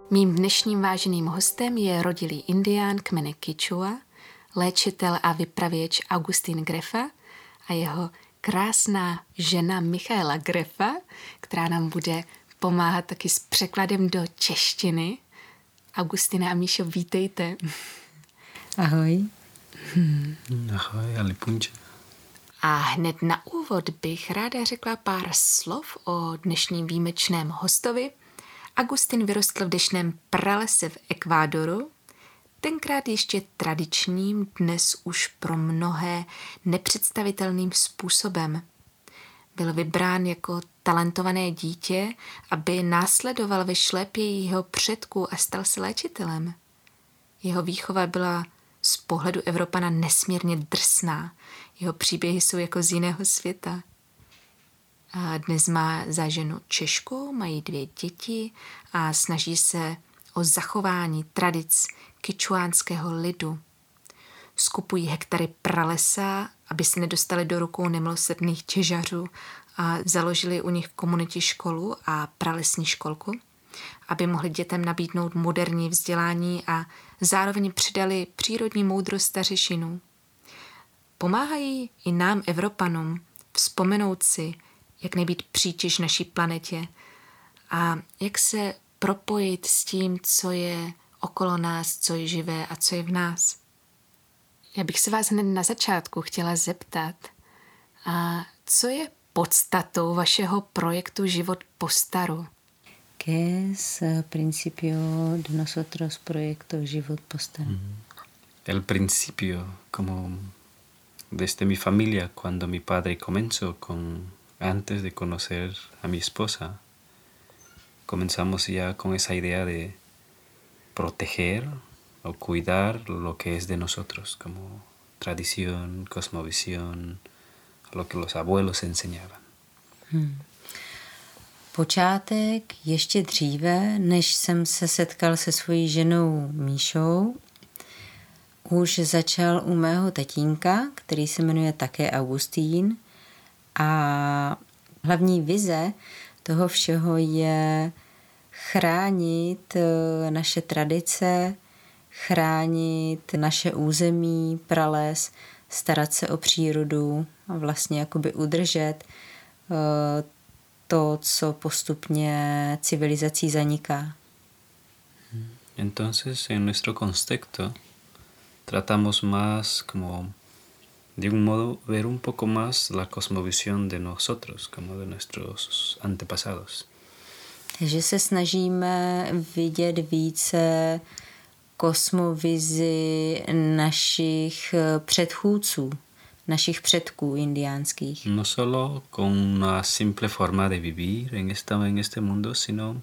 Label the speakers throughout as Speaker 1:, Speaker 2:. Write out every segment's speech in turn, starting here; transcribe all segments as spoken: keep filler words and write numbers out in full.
Speaker 1: Mým dnešním váženým hostem je rodilý indián kmene Kičua, léčitel a vypravěč Augustín Greffa a jeho krásná žena Michaela Greffa, která nám bude pomáhat taky s překladem do češtiny. Augustina a Míšo, vítejte.
Speaker 2: Ahoj.
Speaker 3: Hmm. Ahoj, Alipunče.
Speaker 1: A hned na úvod bych ráda řekla pár slov o dnešním výjimečném hostovi. Augustín vyrostl v deštném pralese v Ekvádoru, tenkrát ještě tradičním, dnes už pro mnohé nepředstavitelným způsobem. Byl vybrán jako talentované dítě, aby následoval ve šlépě jeho předků a stal se léčitelem. Jeho výchova byla z pohledu Evropana nesmírně drsná. Jeho příběhy jsou jako z jiného světa. A dnes má za ženu Češku, mají dvě děti a snaží se o zachování tradic kičuánského lidu. Skupují hektary pralesa, aby se nedostali do rukou nemilosrdných těžařů a založili u nich v komunitě školu a pralesní školku, aby mohli dětem nabídnout moderní vzdělání a zároveň přidali přírodní moudrost stařešinů. Pomáhají i nám, Evropanům, vzpomenout si, jak nebýt přítěž naší planetě a jak se propojit s tím, co je okolo nás, co je živé a co je v nás. Já bych se vás hned na začátku chtěla zeptat, a co je podstatou vašeho projektu Život po staru?
Speaker 2: ¿Qué es el principio de nosotros proyecto Život po staru?
Speaker 3: Mm. El principio, como desde mi familia, cuando mi padre comenzó con, antes de conocer a mi esposa, comenzamos ya con esa idea de proteger o cuidar lo que es de nosotros, como tradición, cosmovisión, lo que los abuelos enseñaban.
Speaker 2: Hmm. Počátek ještě dříve, než jsem se setkal se svojí ženou Míšou, už začal u mého tatínka, který se jmenuje také Augustín, a hlavní vize toho všeho je chránit naše tradice, chránit naše území, prales, starat se o přírodu a vlastně jakoby udržet to, co postupně civilizací zaniká.
Speaker 3: Entonces, en nuestro contexto, tratamos más como, de un modo, ver un poco más la cosmovisión de nosotros, como de nuestros antepasados.
Speaker 2: Takže se snažíme vidět více kosmovizi našich předchůdců, našich předků indiánských.
Speaker 3: No solo con una simple forma de vivir en, esta, en este mundo, sino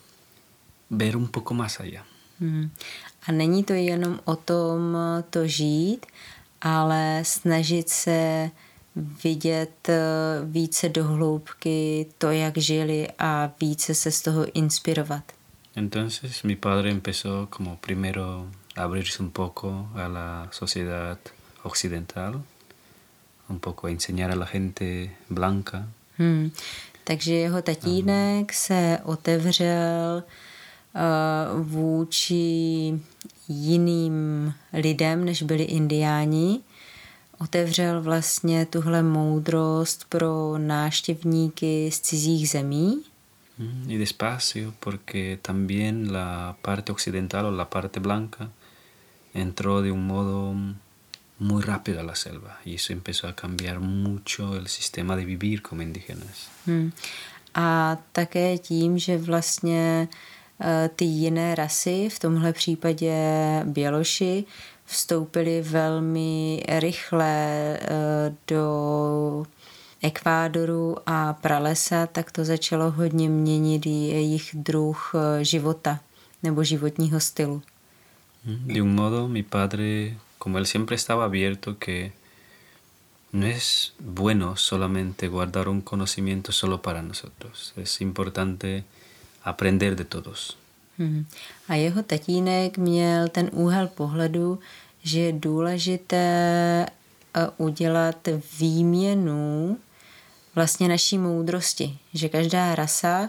Speaker 3: ver un poco más allá.
Speaker 2: Hmm. A není to jenom o tom to žít, ale snažit se vidět více do hloubky to, jak žili a více se z toho inspirovat.
Speaker 3: Entonces mi padre empezó como primero a abrirse un poco a la sociedad occidental, un poco a enseñar a la gente blanca.
Speaker 2: Hmm. Takže jeho tatínek uh-huh. se otevřel uh, vůči jiným lidem, než byli indiáni. Otevřel vlastně tuhle moudrost pro návštěvníky z cizích zemí.
Speaker 3: Y despacio, porque también la parte occidental o la parte blanca entró de un modo muy rápido a la selva y eso empezó a cambiar mucho el sistema de vivir como indígenas.
Speaker 2: Hmm. A také tím, že vlastně uh, ty jiné rasy, v tomhle případě Běloši, vstoupili velmi rychle uh, do Ekvádoru a pralesa, tak to začalo hodně měnit jejich druh života nebo životního stylu.
Speaker 3: De un modo, mi padre, como él siempre estaba abierto, que no es bueno solamente guardar un conocimiento solo para nosotros. Es importante aprender de todos.
Speaker 2: Hmm. A jeho tatínek měl ten úhel pohledu, že je důležité udělat výměnu vlastně naší moudrosti, že každá rasa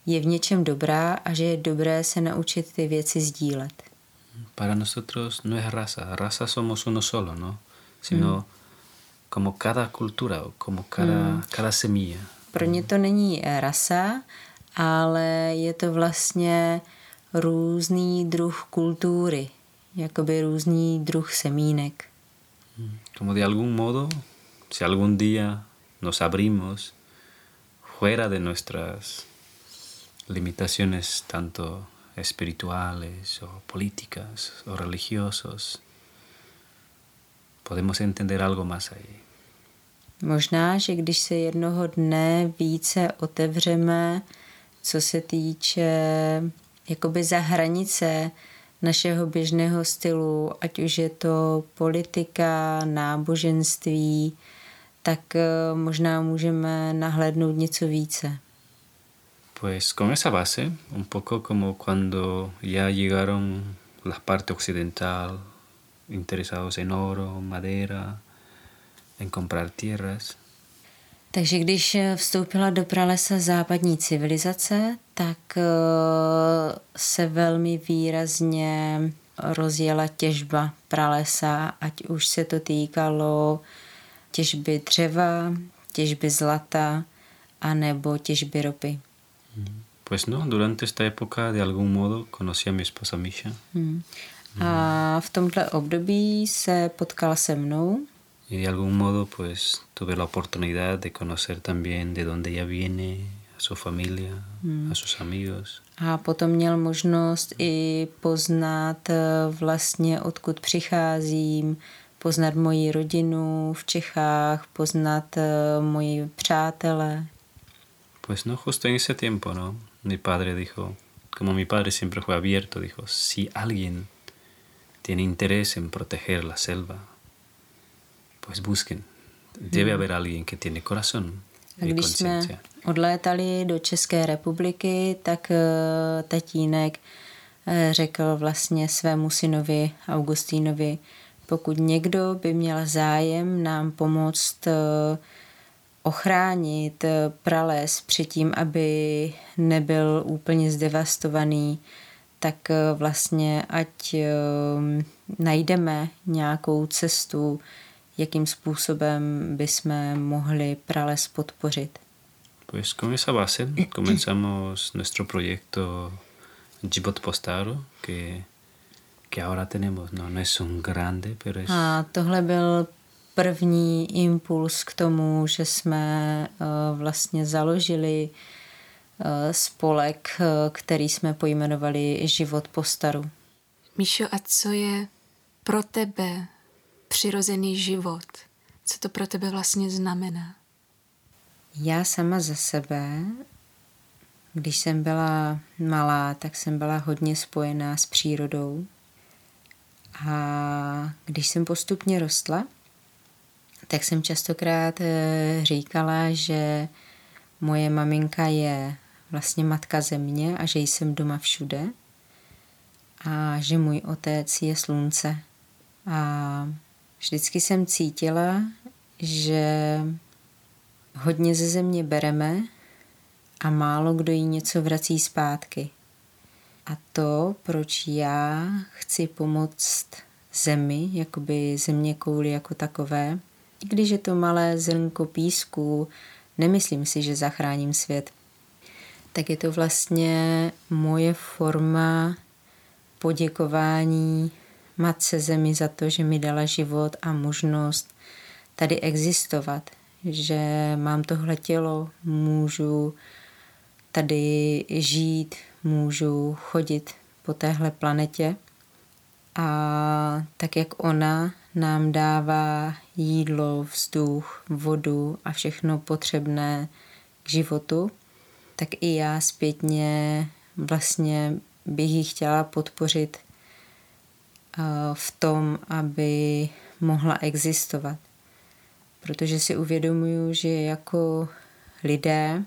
Speaker 2: je v něčem dobrá a že je dobré se naučit ty věci sdílet.
Speaker 3: Para nosotros no es raza, raza somos uno solo, ¿no? Sino mm. como cada cultura, como cada, mm. cada semilla.
Speaker 2: Pro ně to není rasa, ale je to vlastně různý druh kultury, jakoby různý druh semínek.
Speaker 3: Como de algún modo, si algún día nos abrimos fuera de nuestras limitaciones tanto espirituales o políticas o religiosos, podemos entender algo más ahí.
Speaker 2: Možná, že když se jednoho dne více otevřeme, co se týče jakoby za hranice našeho běžného stylu, ať už je to politika, náboženství, tak možná můžeme nahlédnout něco více.
Speaker 3: Pues con esa base, un poco como cuando ya llegaron la parte occidental, interesados en oro, madera, en comprar tierras.
Speaker 2: Takže když vstoupila do pralesa západní civilizace, tak se velmi výrazně rozjela těžba pralesa, ať už se to týkalo těžby dřeva, těžby zlata, anebo těžby ropy.
Speaker 3: Pues no, durante esta época de algún modo conocí a mi esposa Misha.
Speaker 2: Hmm. A v tomhle období se potkala se mnou.
Speaker 3: Y de algún modo pues tuve la oportunidad de conocer también de dónde ella viene, a su familia, hmm. a sus amigos.
Speaker 2: A potom měl možnost i poznat vlastně odkud přicházím, poznat moji rodinu v Čechách, poznat moji přátele.
Speaker 3: Pues no, justo en ese tiempo, ¿no? Mi padre dijo, como mi padre siempre fue abierto, dijo, si alguien tiene interés en proteger la selva, pues busquen. Debe haber alguien que tiene corazón
Speaker 2: y
Speaker 3: conciencia.
Speaker 2: Když jsme odlétali do České republiky, tak tatínek řekl vlastně svému synovi Augustínovi, pokud někdo by měl zájem nám pomoct ochránit prales předtím, aby nebyl úplně zdevastovaný, tak vlastně ať najdeme nějakou cestu, jakým způsobem bychom mohli prales podpořit.
Speaker 3: Pues con esa base comenzamos nuestro proyecto Život po staru, que, que ahora tenemos, no, no es un grande, pero es...
Speaker 2: A tohle byl první impuls k tomu, že jsme uh, vlastně založili uh, spolek, uh, který jsme pojmenovali Život po staru.
Speaker 1: Míšo, a co je pro tebe přirozený život? Co to pro tebe vlastně znamená?
Speaker 2: Já sama za sebe, když jsem byla malá, tak jsem byla hodně spojená s přírodou. A když jsem postupně rostla, tak jsem častokrát říkala, že moje maminka je vlastně matka země a že jsem doma všude a že můj otec je slunce. A vždycky jsem cítila, že hodně ze země bereme a málo kdo jí něco vrací zpátky. A to, proč já chci pomoct zemi, jakoby země kouli jako takové, i když je to malé zrnko písku, nemyslím si, že zachráním svět, tak je to vlastně moje forma poděkování Matce Zemi za to, že mi dala život a možnost tady existovat, že mám tohle tělo, můžu tady žít, můžu chodit po téhle planetě a tak, jak ona nám dává jídlo, vzduch, vodu a všechno potřebné k životu, tak i já zpětně vlastně bych ji chtěla podpořit v tom, aby mohla existovat. Protože si uvědomuju, že jako lidé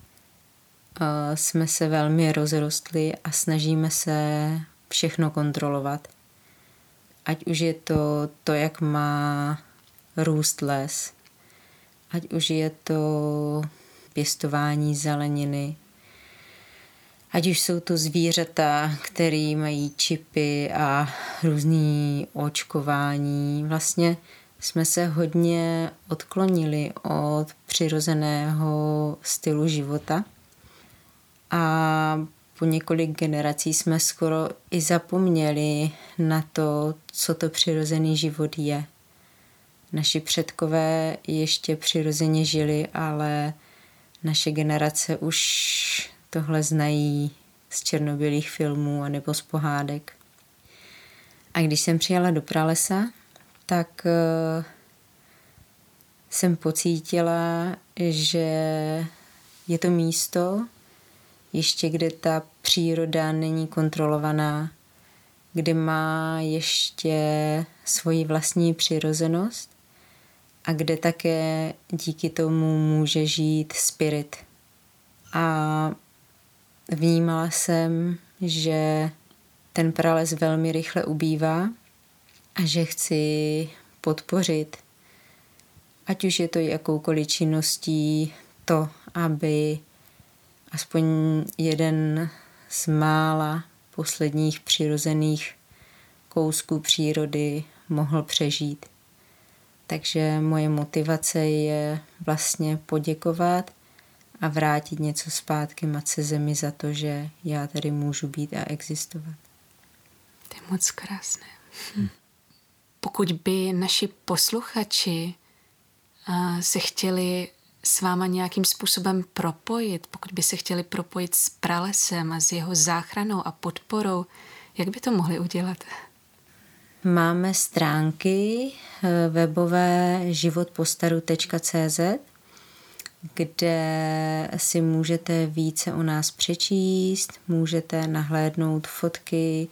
Speaker 2: jsme se velmi rozrostli a snažíme se všechno kontrolovat. Ať už je to to, jak má růst les, ať už je to pěstování zeleniny, Ať už jsou to zvířata, které mají čipy a různý očkování. Vlastně jsme se hodně odklonili od přirozeného stylu života a po několik generací jsme skoro i zapomněli na to, co to přirozený život je. Naši předkové ještě přirozeně žili, ale naše generace už tohle znají z černobylých filmů anebo z pohádek. A když jsem přijela do pralesa, tak uh, jsem pocítila, že je to místo, ještě kde ta příroda není kontrolovaná, kde má ještě svoji vlastní přirozenost a kde také díky tomu může žít spirit. A vnímala jsem, že ten prales velmi rychle ubývá a že chci podpořit, ať už je to jakoukoliv činností, to, aby aspoň jeden z mála posledních přirozených kousků přírody mohl přežít. Takže moje motivace je vlastně poděkovat a vrátit něco zpátky matce zemi za to, že já tady můžu být a existovat.
Speaker 1: To je moc krásné. Hm. Pokud by naši posluchači uh, se chtěli s váma nějakým způsobem propojit, pokud by se chtěli propojit s pralesem a s jeho záchranou a podporou, jak by to mohli udělat?
Speaker 2: Máme stránky webové životpostaru tečka cé zet, kde si můžete více o nás přečíst, můžete nahlédnout fotky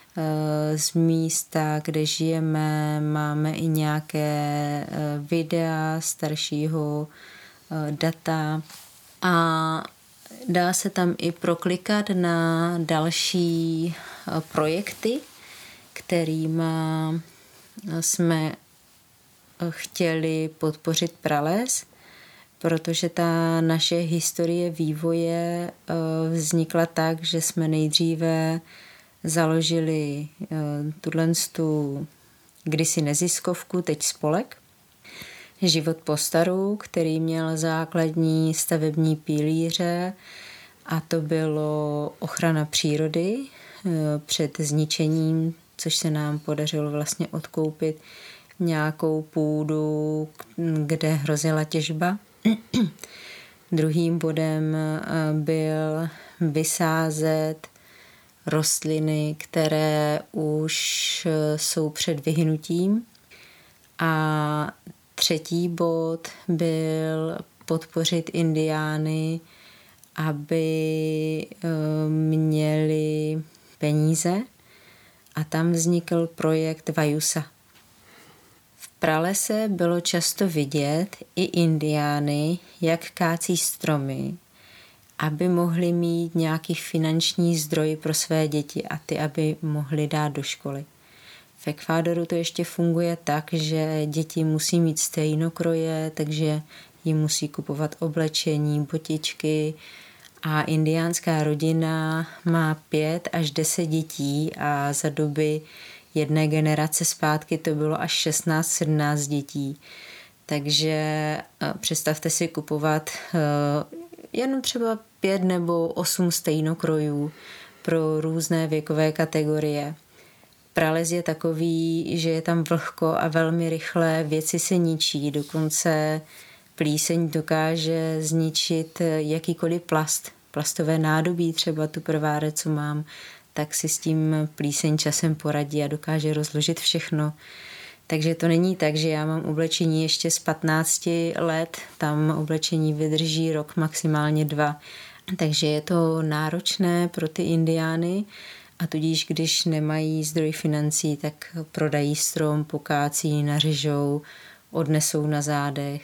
Speaker 2: z místa, kde žijeme, máme i nějaké videa staršího data a dá se tam i proklikat na další projekty, kterýma jsme chtěli podpořit prales, protože ta naše historie vývoje vznikla tak, že jsme nejdříve založili tuto kdysi neziskovku, teď spolek, Život po staru, který měl základní stavební pilíře a to bylo ochrana přírody před zničením, což se nám podařilo vlastně odkoupit nějakou půdu, kde hrozila těžba. Druhým bodem byl vysázet rostliny, které už jsou před vyhynutím. A třetí bod byl podpořit indiány, aby měli peníze. A tam vznikl projekt Vajusa. V pralese bylo často vidět i indiány, jak kácí stromy, aby mohli mít nějaký finanční zdroj pro své děti a ty, aby mohli dát do školy. V Ekvádoru to ještě funguje tak, že děti musí mít stejnokroje, takže jim musí kupovat oblečení, botičky a indiánská rodina má pět až deset dětí a za doby jedné generace zpátky to bylo až šestnáct sedmnáct dětí. Takže představte si kupovat jen třeba pět nebo osm stejnokrojů pro různé věkové kategorie. Prales je takový, že je tam vlhko a velmi rychle věci se ničí, dokonce plíseň dokáže zničit jakýkoliv plast. Plastové nádobí, třeba tu prváre, co mám, tak si s tím plíseň časem poradí a dokáže rozložit všechno. Takže to není tak, že já mám oblečení ještě z patnácti let, tam oblečení vydrží rok, maximálně dva. Takže je to náročné pro ty indiány a tudíž, když nemají zdroj financí, tak prodají strom, pokácí, nařežou, odnesou na zádech.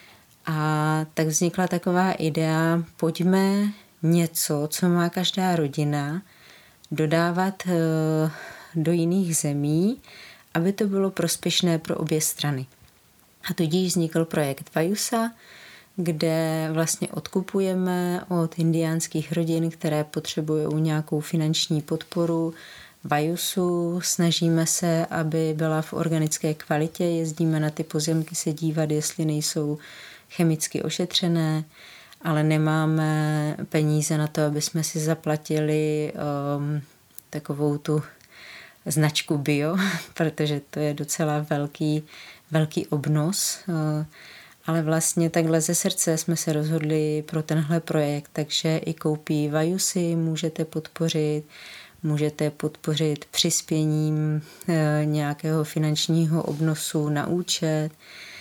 Speaker 2: A tak vznikla taková idea, pojďme něco, co má každá rodina, dodávat do jiných zemí, aby to bylo prospěšné pro obě strany. A tudíž vznikl projekt Vajusa, kde vlastně odkupujeme od indiánských rodin, které potřebují nějakou finanční podporu, vajusu. Snažíme se, aby byla v organické kvalitě. Jezdíme na ty pozemky se dívat, jestli nejsou chemicky ošetřené, ale nemáme peníze na to, aby jsme si zaplatili um, takovou tu značku bio, protože to je docela velký, velký obnos. Ale vlastně takhle ze srdce jsme se rozhodli pro tenhle projekt, takže i koupí vajusy můžete podpořit, můžete podpořit přispěním nějakého finančního obnosu na účet,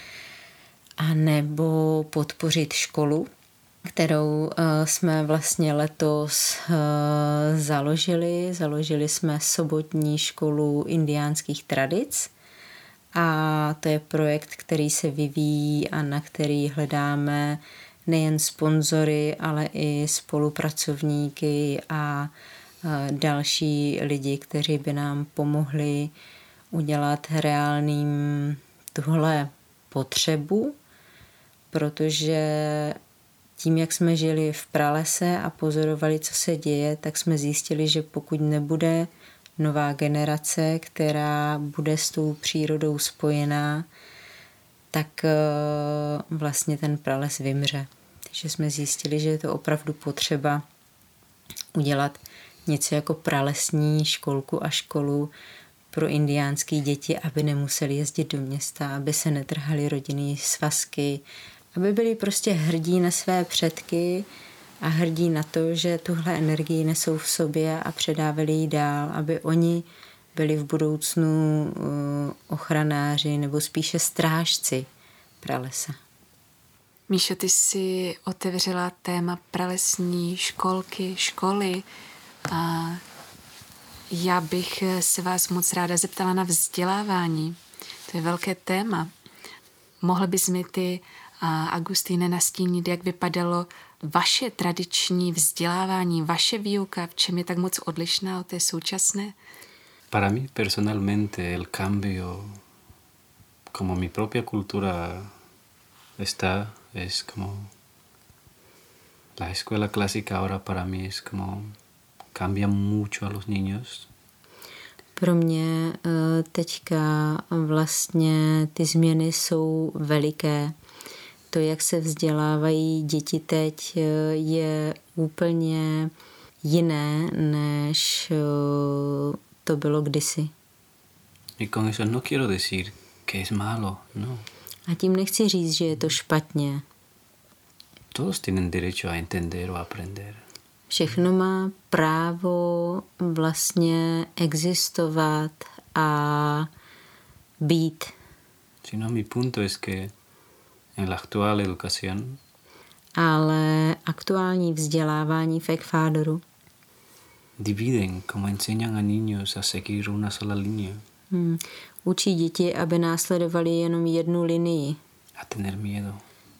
Speaker 2: a nebo podpořit školu, kterou jsme vlastně letos založili. Založili jsme sobotní školu indiánských tradic a to je projekt, který se vyvíjí a na který hledáme nejen sponzory, ale i spolupracovníky a další lidi, kteří by nám pomohli udělat reálným tuhle potřebu, protože tím, jak jsme žili v pralese a pozorovali, co se děje, tak jsme zjistili, že pokud nebude nová generace, která bude s tou přírodou spojená, tak vlastně ten prales vymře. Takže jsme zjistili, že je to opravdu potřeba udělat něco jako pralesní školku a školu pro indiánské děti, aby nemuseli jezdit do města, aby se netrhaly rodinné svazky, aby byli prostě hrdí na své předky a hrdí na to, že tuhle energii nesou v sobě a předávali ji dál, aby oni byli v budoucnu ochranáři nebo spíše strážci pralesa.
Speaker 1: Míšo, ty jsi otevřela téma pralesní školky, školy a já bych se vás moc ráda zeptala na vzdělávání. To je velké téma. Mohl bys mi ty, Agustíne, nastínit, jak vypadalo vaše tradiční vzdělávání, vaše výuka, v čem je tak moc odlišná od té současné?
Speaker 3: Para mí personalmente el cambio, como mi propia cultura está, es como la escuela clásica ahora para mí es como cambia mucho a los niños.
Speaker 2: Pro mě teďka vlastně ty změny jsou veliké. To, jak se vzdělávají děti teď, je úplně jiné, než to bylo kdysi.
Speaker 3: Y con eso no quiero decir que es malo, no.
Speaker 2: A tím nechci říct, že je to špatně.
Speaker 3: Todos tienen derecho a entender o a aprender.
Speaker 2: Všechno má právo vlastně existovat a být.
Speaker 3: Sino mi punto es que en la actual educación,
Speaker 2: ale aktuální vzdělávání v Ekvádoru
Speaker 3: dividen como enseñan a niños a seguir una sola línea.
Speaker 2: Hmm. Učí děti, aby následovali jenom jednu linii.
Speaker 3: A tener miedo.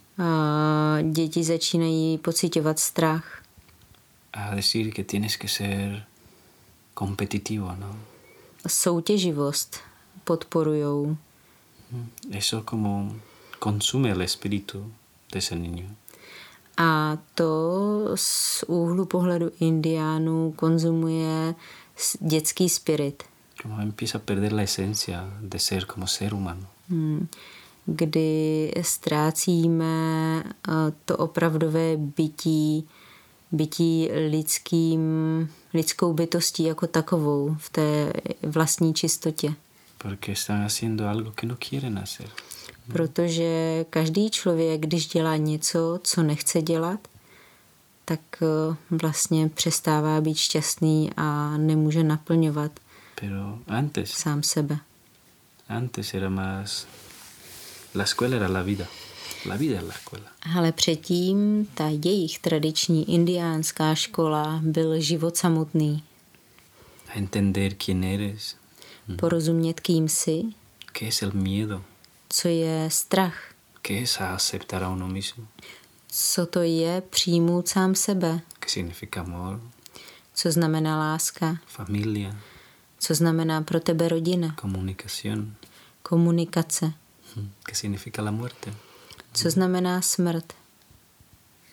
Speaker 2: A děti začínají pociťovat strach.
Speaker 3: A decir que tienes que ser competitivo, ¿no?
Speaker 2: Soutěživost podporujou.
Speaker 3: Eso como consume el espíritu de ese niño.
Speaker 2: A to z úhlu pohledu indiánů konzumuje dětský spirit.
Speaker 3: Como empieza a perder la esencia de ser como ser humano.
Speaker 2: Hmm. Kdy ztrácíme to opravdové bytí, bytí lidským, lidskou bytostí jako takovou v té vlastní čistotě.
Speaker 3: Porque están haciendo algo que no quieren hacer.
Speaker 2: Protože každý člověk, když dělá něco, co nechce dělat, tak vlastně přestává být šťastný a nemůže naplňovat
Speaker 3: Pero antes,
Speaker 2: sám sebe.
Speaker 3: Antes era más... La escuela era la vida. La vida es la escuela.
Speaker 2: Ale předtím ta jejich tradiční indiánská škola byl život samotný.
Speaker 3: A entender quién eres.
Speaker 2: Porozumět, kým jsi.
Speaker 3: ¿Qué es el miedo?
Speaker 2: Co je strach?
Speaker 3: ¿Qué es aceptar a uno mismo?
Speaker 2: Co to je přijmout sám sebe?
Speaker 3: ¿Qué significa amor?
Speaker 2: Co znamená láska?
Speaker 3: Familia.
Speaker 2: Co znamená pro tebe rodina?
Speaker 3: Comunicación.
Speaker 2: Komunikace.
Speaker 3: ¿Qué significa la muerte?
Speaker 2: Co znamená smrt?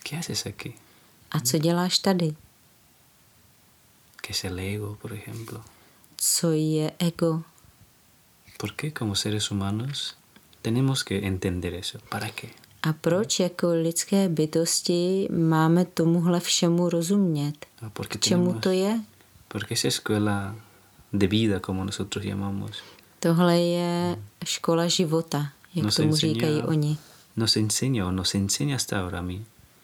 Speaker 3: ¿Qué haces aquí?
Speaker 2: A co děláš tady?
Speaker 3: ¿Qué es el ego, por ejemplo?
Speaker 2: Co je ego?
Speaker 3: ¿Por qué como seres humanos tenemos que entender eso? ¿Para qué?
Speaker 2: A proč jako lidské bytosti máme tomuhle všemu rozumět?
Speaker 3: ¿No? Porque
Speaker 2: K čemu
Speaker 3: tenemos,
Speaker 2: to je?
Speaker 3: porque esa escuela de vida, como nosotros llamamos,
Speaker 2: Tohle je škola života, jak
Speaker 3: nos
Speaker 2: tomu
Speaker 3: enseña,
Speaker 2: říkají oni.
Speaker 3: nos enseña o nos enseña hasta ahora a mí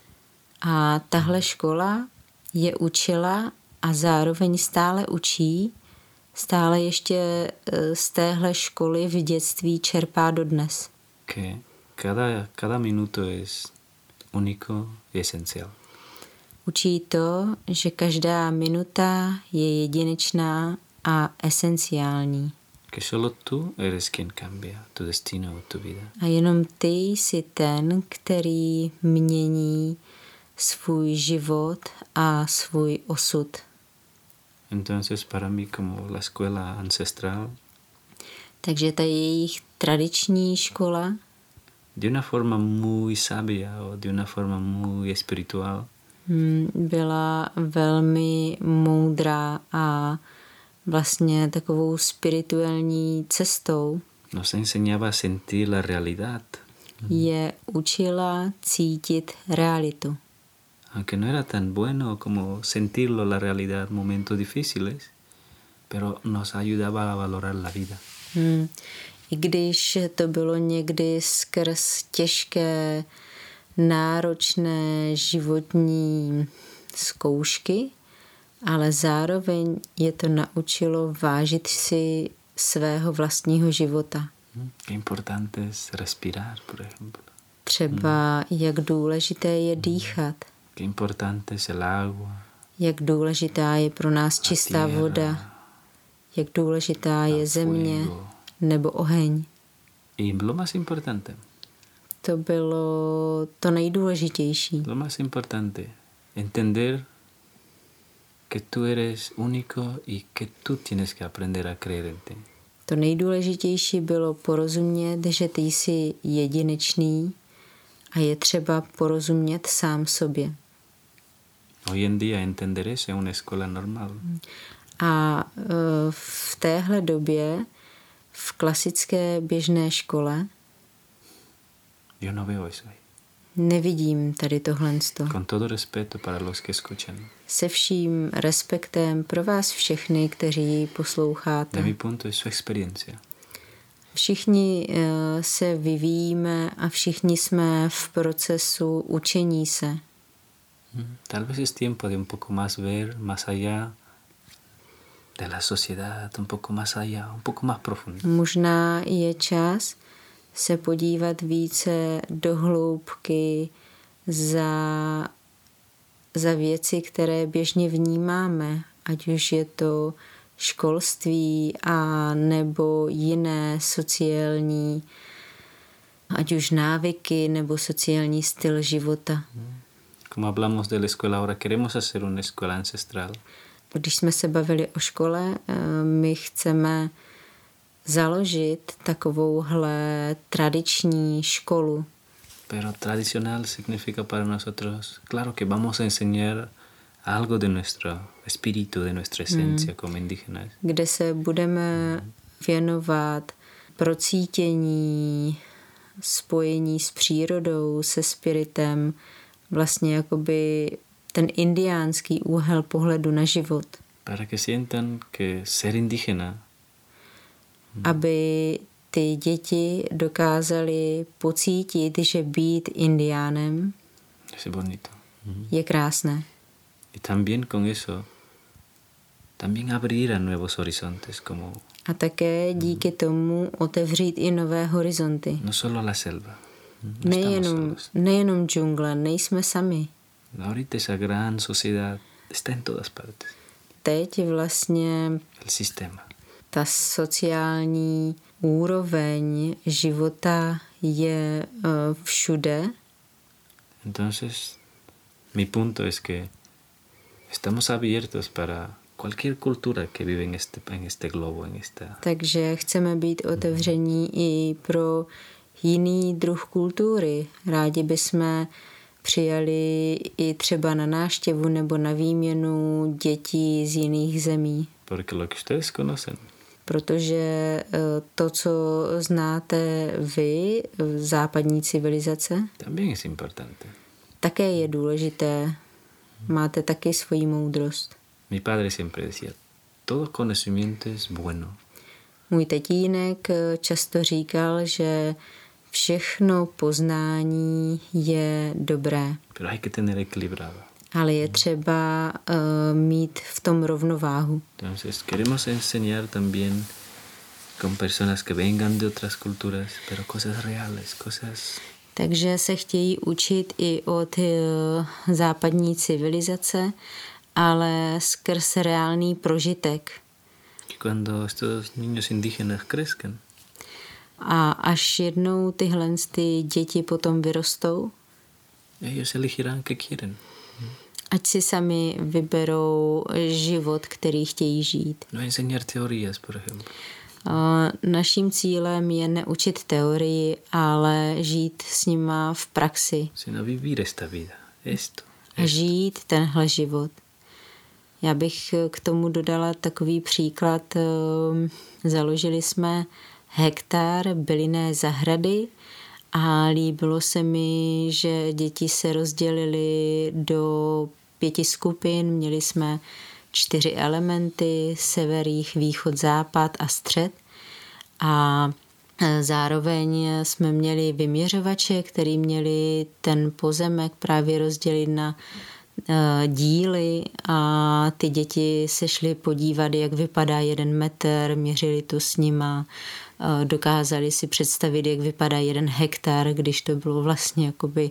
Speaker 2: A tahle škola je učila a zároveň stále učí, stále ještě z téhle školy v dětství čerpá dodnes.
Speaker 3: que cada, cada minuto es único y esencial.
Speaker 2: Učí to, že každá minuta je jedinečná a esenciální.
Speaker 3: Que solo tú eres quien cambia tu destino o tu vida.
Speaker 2: A jenom ty jsi ten, který mění svůj život a svůj osud.
Speaker 3: Entonces, para mí, como la escuela ancestral,
Speaker 2: Takže ta jejich tradiční škola
Speaker 3: de una forma muy sabia o de una forma muy espiritual,
Speaker 2: byla velmi moudrá a vlastně takovou spirituální cestou
Speaker 3: nos enseñaba a sentir la realidad,
Speaker 2: je učila cítit realitu.
Speaker 3: aunque no era tan bueno como sentirlo la realidad en momentos difíciles, pero nos ayudaba a valorar la vida.
Speaker 2: Hmm. I když to bylo někdy skrz těžké, náročné životní zkoušky, ale zároveň je to naučilo vážit si svého vlastního života.
Speaker 3: Qué importante es respirar, por ejemplo.
Speaker 2: Třeba jak důležité je dýchat,
Speaker 3: Qué importante es el agua,
Speaker 2: jak důležitá je pro nás
Speaker 3: la
Speaker 2: čistá
Speaker 3: tierra,
Speaker 2: voda, jak důležitá je
Speaker 3: el
Speaker 2: země
Speaker 3: fuego.
Speaker 2: nebo oheň.
Speaker 3: Y lo más importante,
Speaker 2: To bylo to nejdůležitější.
Speaker 3: lo más importante, entender que tú eres único y que tú tienes que aprender a creer en ti.
Speaker 2: To nejdůležitější bylo porozumět, že ty jsi jedinečný a je třeba porozumět sám sobě.
Speaker 3: Hoy en día entender eso en una escuela normal
Speaker 2: A v téhle době v klasické běžné škole
Speaker 3: yo no veo eso ahí.
Speaker 2: nevidím tady tohle.
Speaker 3: Con todo respeto para los que escuchan.
Speaker 2: Se vším respektem pro vás všechny, kteří
Speaker 3: De
Speaker 2: posloucháte.
Speaker 3: mi punto es su experiencia.
Speaker 2: Všichni se vyvíjíme a všichni jsme v procesu učení se.
Speaker 3: Tal vez es tiempo de un poco más ver más allá de la sociedad, un poco más allá, un poco más profundo.
Speaker 2: Možná je čas se podívat více do hloubky za, za věci, které běžně vnímáme, ať už je to školství a nebo jiné sociální, ať už návyky nebo sociální styl života.
Speaker 3: Como hablamos de la escuela ahora, queremos hacer una escuela ancestral.
Speaker 2: Když jsme se bavili o škole, my chceme založit takovouhle tradiční školu.
Speaker 3: Pero tradicional significa para nosotros, claro que vamos a enseñar algo de nuestro espíritu, de nuestra esencia mm. como indígenas.
Speaker 2: Kde se budeme věnovat procítění, spojení s přírodou, se spiritem, vlastně jakoby ten indiánský úhel pohledu na život.
Speaker 3: Para que sientan que ser indígena,
Speaker 2: aby ty děti dokázaly pocítit, že být indiánem
Speaker 3: es bonito.
Speaker 2: je krásné.
Speaker 3: Y también con eso, también abrir a nuevos horizontes, como
Speaker 2: A také díky tomu otevřít i nové horizonty.
Speaker 3: no solo la selva. No
Speaker 2: Nejenom, nejenom džungle, nejsme sami.
Speaker 3: Ahorita esa gran sociedad está en todas partes.
Speaker 2: Teď vlastně
Speaker 3: El sistema.
Speaker 2: ta sociální úroveň života je uh, všude.
Speaker 3: Entonces, mi punto es que estamos abiertos para cualquier cultura que vive en este, en este globo, en esta...
Speaker 2: Takže chceme být otevření i pro jiný druh kultury. Rádi bychom přijali i třeba na návštěvu nebo na výměnu dětí z jiných zemí.
Speaker 3: Porque lo que ustedes conocen,
Speaker 2: protože to, co znáte vy, západní civilizace,
Speaker 3: también es importante.
Speaker 2: Také je důležité. Máte taky svoji moudrost.
Speaker 3: Mi padre siempre decía, todo conocimiento es bueno.
Speaker 2: Můj tatínek často říkal, že všechno poznání je dobré.
Speaker 3: Pero hay que tener equilibrado.
Speaker 2: Ale je třeba uh, mít v tom rovnováhu.
Speaker 3: Entonces, queremos enseñar también con personas que vengan de otras culturas, pero cosas reales, cosas...
Speaker 2: Takže se chtějí učit i od uh, západní civilizace, ale skrz reálný prožitek.
Speaker 3: Cuando estos niños indígenas crezcan.
Speaker 2: A až jednou tyhle ty děti potom vyrostou,
Speaker 3: ellos elegirán qué quieren.
Speaker 2: ať si sami vyberou život, který chtějí žít.
Speaker 3: No enseñar teorías, por ejemplo.
Speaker 2: Naším cílem je neučit teorii, ale žít s nima v praxi.
Speaker 3: Sino vivir esta vida, esto,
Speaker 2: A žít tenhle život. Já bych k tomu dodala takový příklad. Založili jsme hektar bylinné zahrady a líbilo se mi, že děti se rozdělily do pěti skupin. Měli jsme čtyři elementy, sever, jih, východ, západ a střed. A zároveň jsme měli vyměřovače, který měli ten pozemek právě rozdělit na díly a ty děti se šly podívat, jak vypadá jeden metr, měřili to s nima, dokázali si představit, jak vypadá jeden hektar, když to bylo vlastně jakoby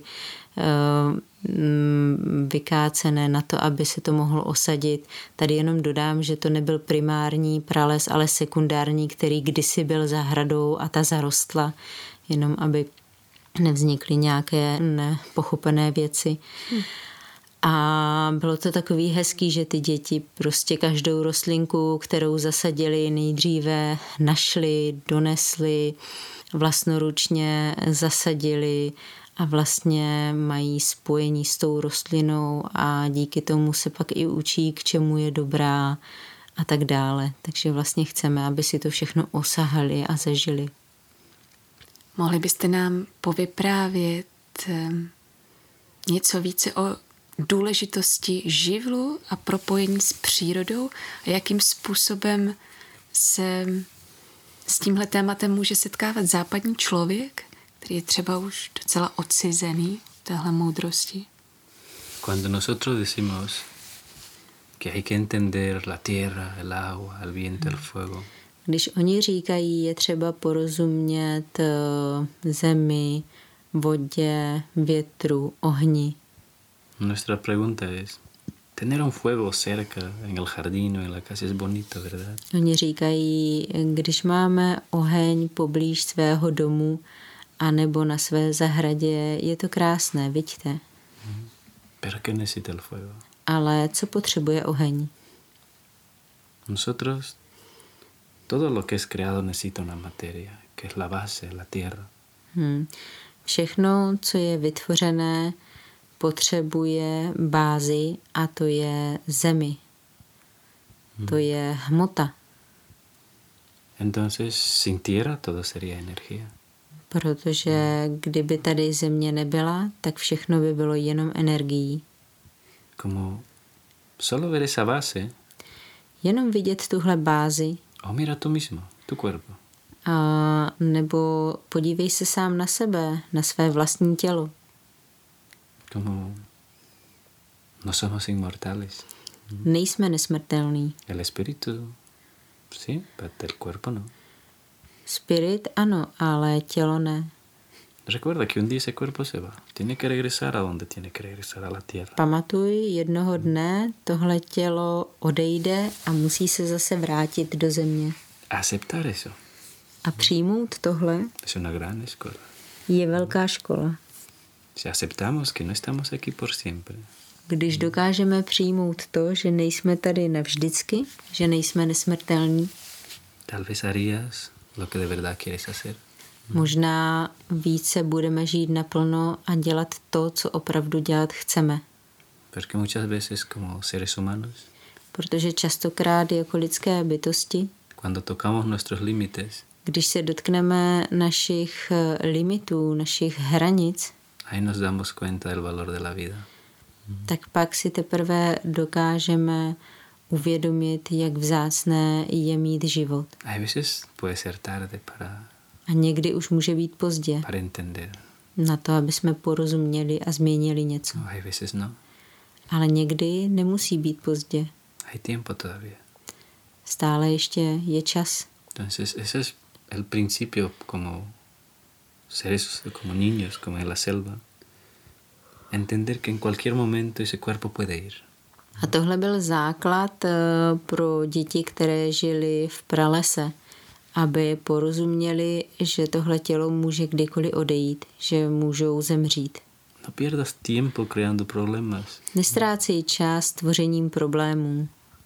Speaker 2: vykácené na to, aby se to mohlo osadit. Tady jenom dodám, že to nebyl primární prales, ale sekundární, který kdysi byl zahradou a ta zarostla, jenom aby nevznikly nějaké nepochopené věci. Hmm. A bylo to takový hezký, že ty děti prostě každou rostlinku, kterou zasadili, nejdříve našli, donesli, vlastnoručně zasadili a vlastně mají spojení s tou rostlinou a díky tomu se pak i učí, k čemu je dobrá a tak dále. Takže vlastně chceme, aby si to všechno osahali a zažili.
Speaker 1: Mohli byste nám povyprávět něco více o důležitosti živlu a propojení s přírodou a jakým způsobem se s tímhle tématem může setkávat západní člověk, který je třeba už docela odcizený téhle moudrosti?
Speaker 3: Cuando nosotros decimos que hay que entender la tierra, el agua, el viento, el fuego.
Speaker 2: Když oni říkají, je třeba porozumět zemi, vodě, větru, ohni.
Speaker 3: Nuestra pregunta es, tener un fuego cerca en el jardín o en la casa es bonito, ¿verdad?
Speaker 2: Oni říkají, když máme oheň poblíž svého domu a nebo na své zahradě, je to krásné, vidíte.
Speaker 3: Pero ¿qué necesita el fuego?
Speaker 2: Ale co potřebuje oheň?
Speaker 3: Nosotros, todo lo que es creado necesita una materia, que es la base, la tierra.
Speaker 2: Hmm. Všechno, co je vytvořené, potřebuje bázi a to je zemi. Hmm. To je hmota.
Speaker 3: Entonces, sin tierra todo sería energía.
Speaker 2: Protože kdyby tady země nebyla, tak všechno by bylo jenom energií.
Speaker 3: Como solo ver esa base.
Speaker 2: Jenom vidět tuhle bázi.
Speaker 3: Oh, mira tú mismo, tu cuerpo.
Speaker 2: A nebo podívej se sám na sebe, na své vlastní tělo.
Speaker 3: Como no somos inmortales.
Speaker 2: Nejsme nesmrtelní.
Speaker 3: El espíritu, sí, pero el cuerpo no.
Speaker 2: Spirit ano, ale tělo ne.
Speaker 3: Recuerda que un día ese cuerpo se va. Tiene que regresar a donde tiene que regresar, a la tierra.
Speaker 2: Pamatuj, jednoho dne tohle tělo odejde a musí se zase vrátit do země.
Speaker 3: Aceptar eso.
Speaker 2: A přijmout tohle
Speaker 3: es una gran escuela.
Speaker 2: Je velká škola.
Speaker 3: Si aceptamos que no estamos aquí por siempre.
Speaker 2: Když dokážeme přijmout to, že nejsme tady navždycky, že nejsme nesmrtelní,
Speaker 3: tal vez harías lo que de verdad quieres hacer.
Speaker 2: Možná více budeme žít naplno a dělat to, co opravdu dělat chceme.
Speaker 3: Porque muchas veces como seres humanos,
Speaker 2: Protože častokrát jako lidské bytosti,
Speaker 3: cuando tocamos nuestros límites,
Speaker 2: když se dotkneme našich limitů, našich hranic,
Speaker 3: ahí nos damos cuenta del valor de la vida.
Speaker 2: tak pak si teprve dokážeme uvědomit, jak vzácné je mít život.
Speaker 3: A veces puede ser tarde para,
Speaker 2: A někdy už může být pozdě
Speaker 3: para entender.
Speaker 2: na to, aby jsme porozuměli a změnili něco.
Speaker 3: No, hay veces no.
Speaker 2: Ale někdy nemusí být pozdě.
Speaker 3: Hay tiempo todavía.
Speaker 2: Stále ještě je čas.
Speaker 3: Entonces, ese es el principio como seres, como niños, como en la selva. Entender que en cualquier momento ese cuerpo puede ir.
Speaker 2: A tohle byl základ eh, pro děti, které žili v pralese, aby porozuměli, že tohle tělo může kdykoliv odejít, že můžou zemřít.
Speaker 3: No pierdas tiempo creando problemas.
Speaker 2: Nestrácej čas tvořením problémů.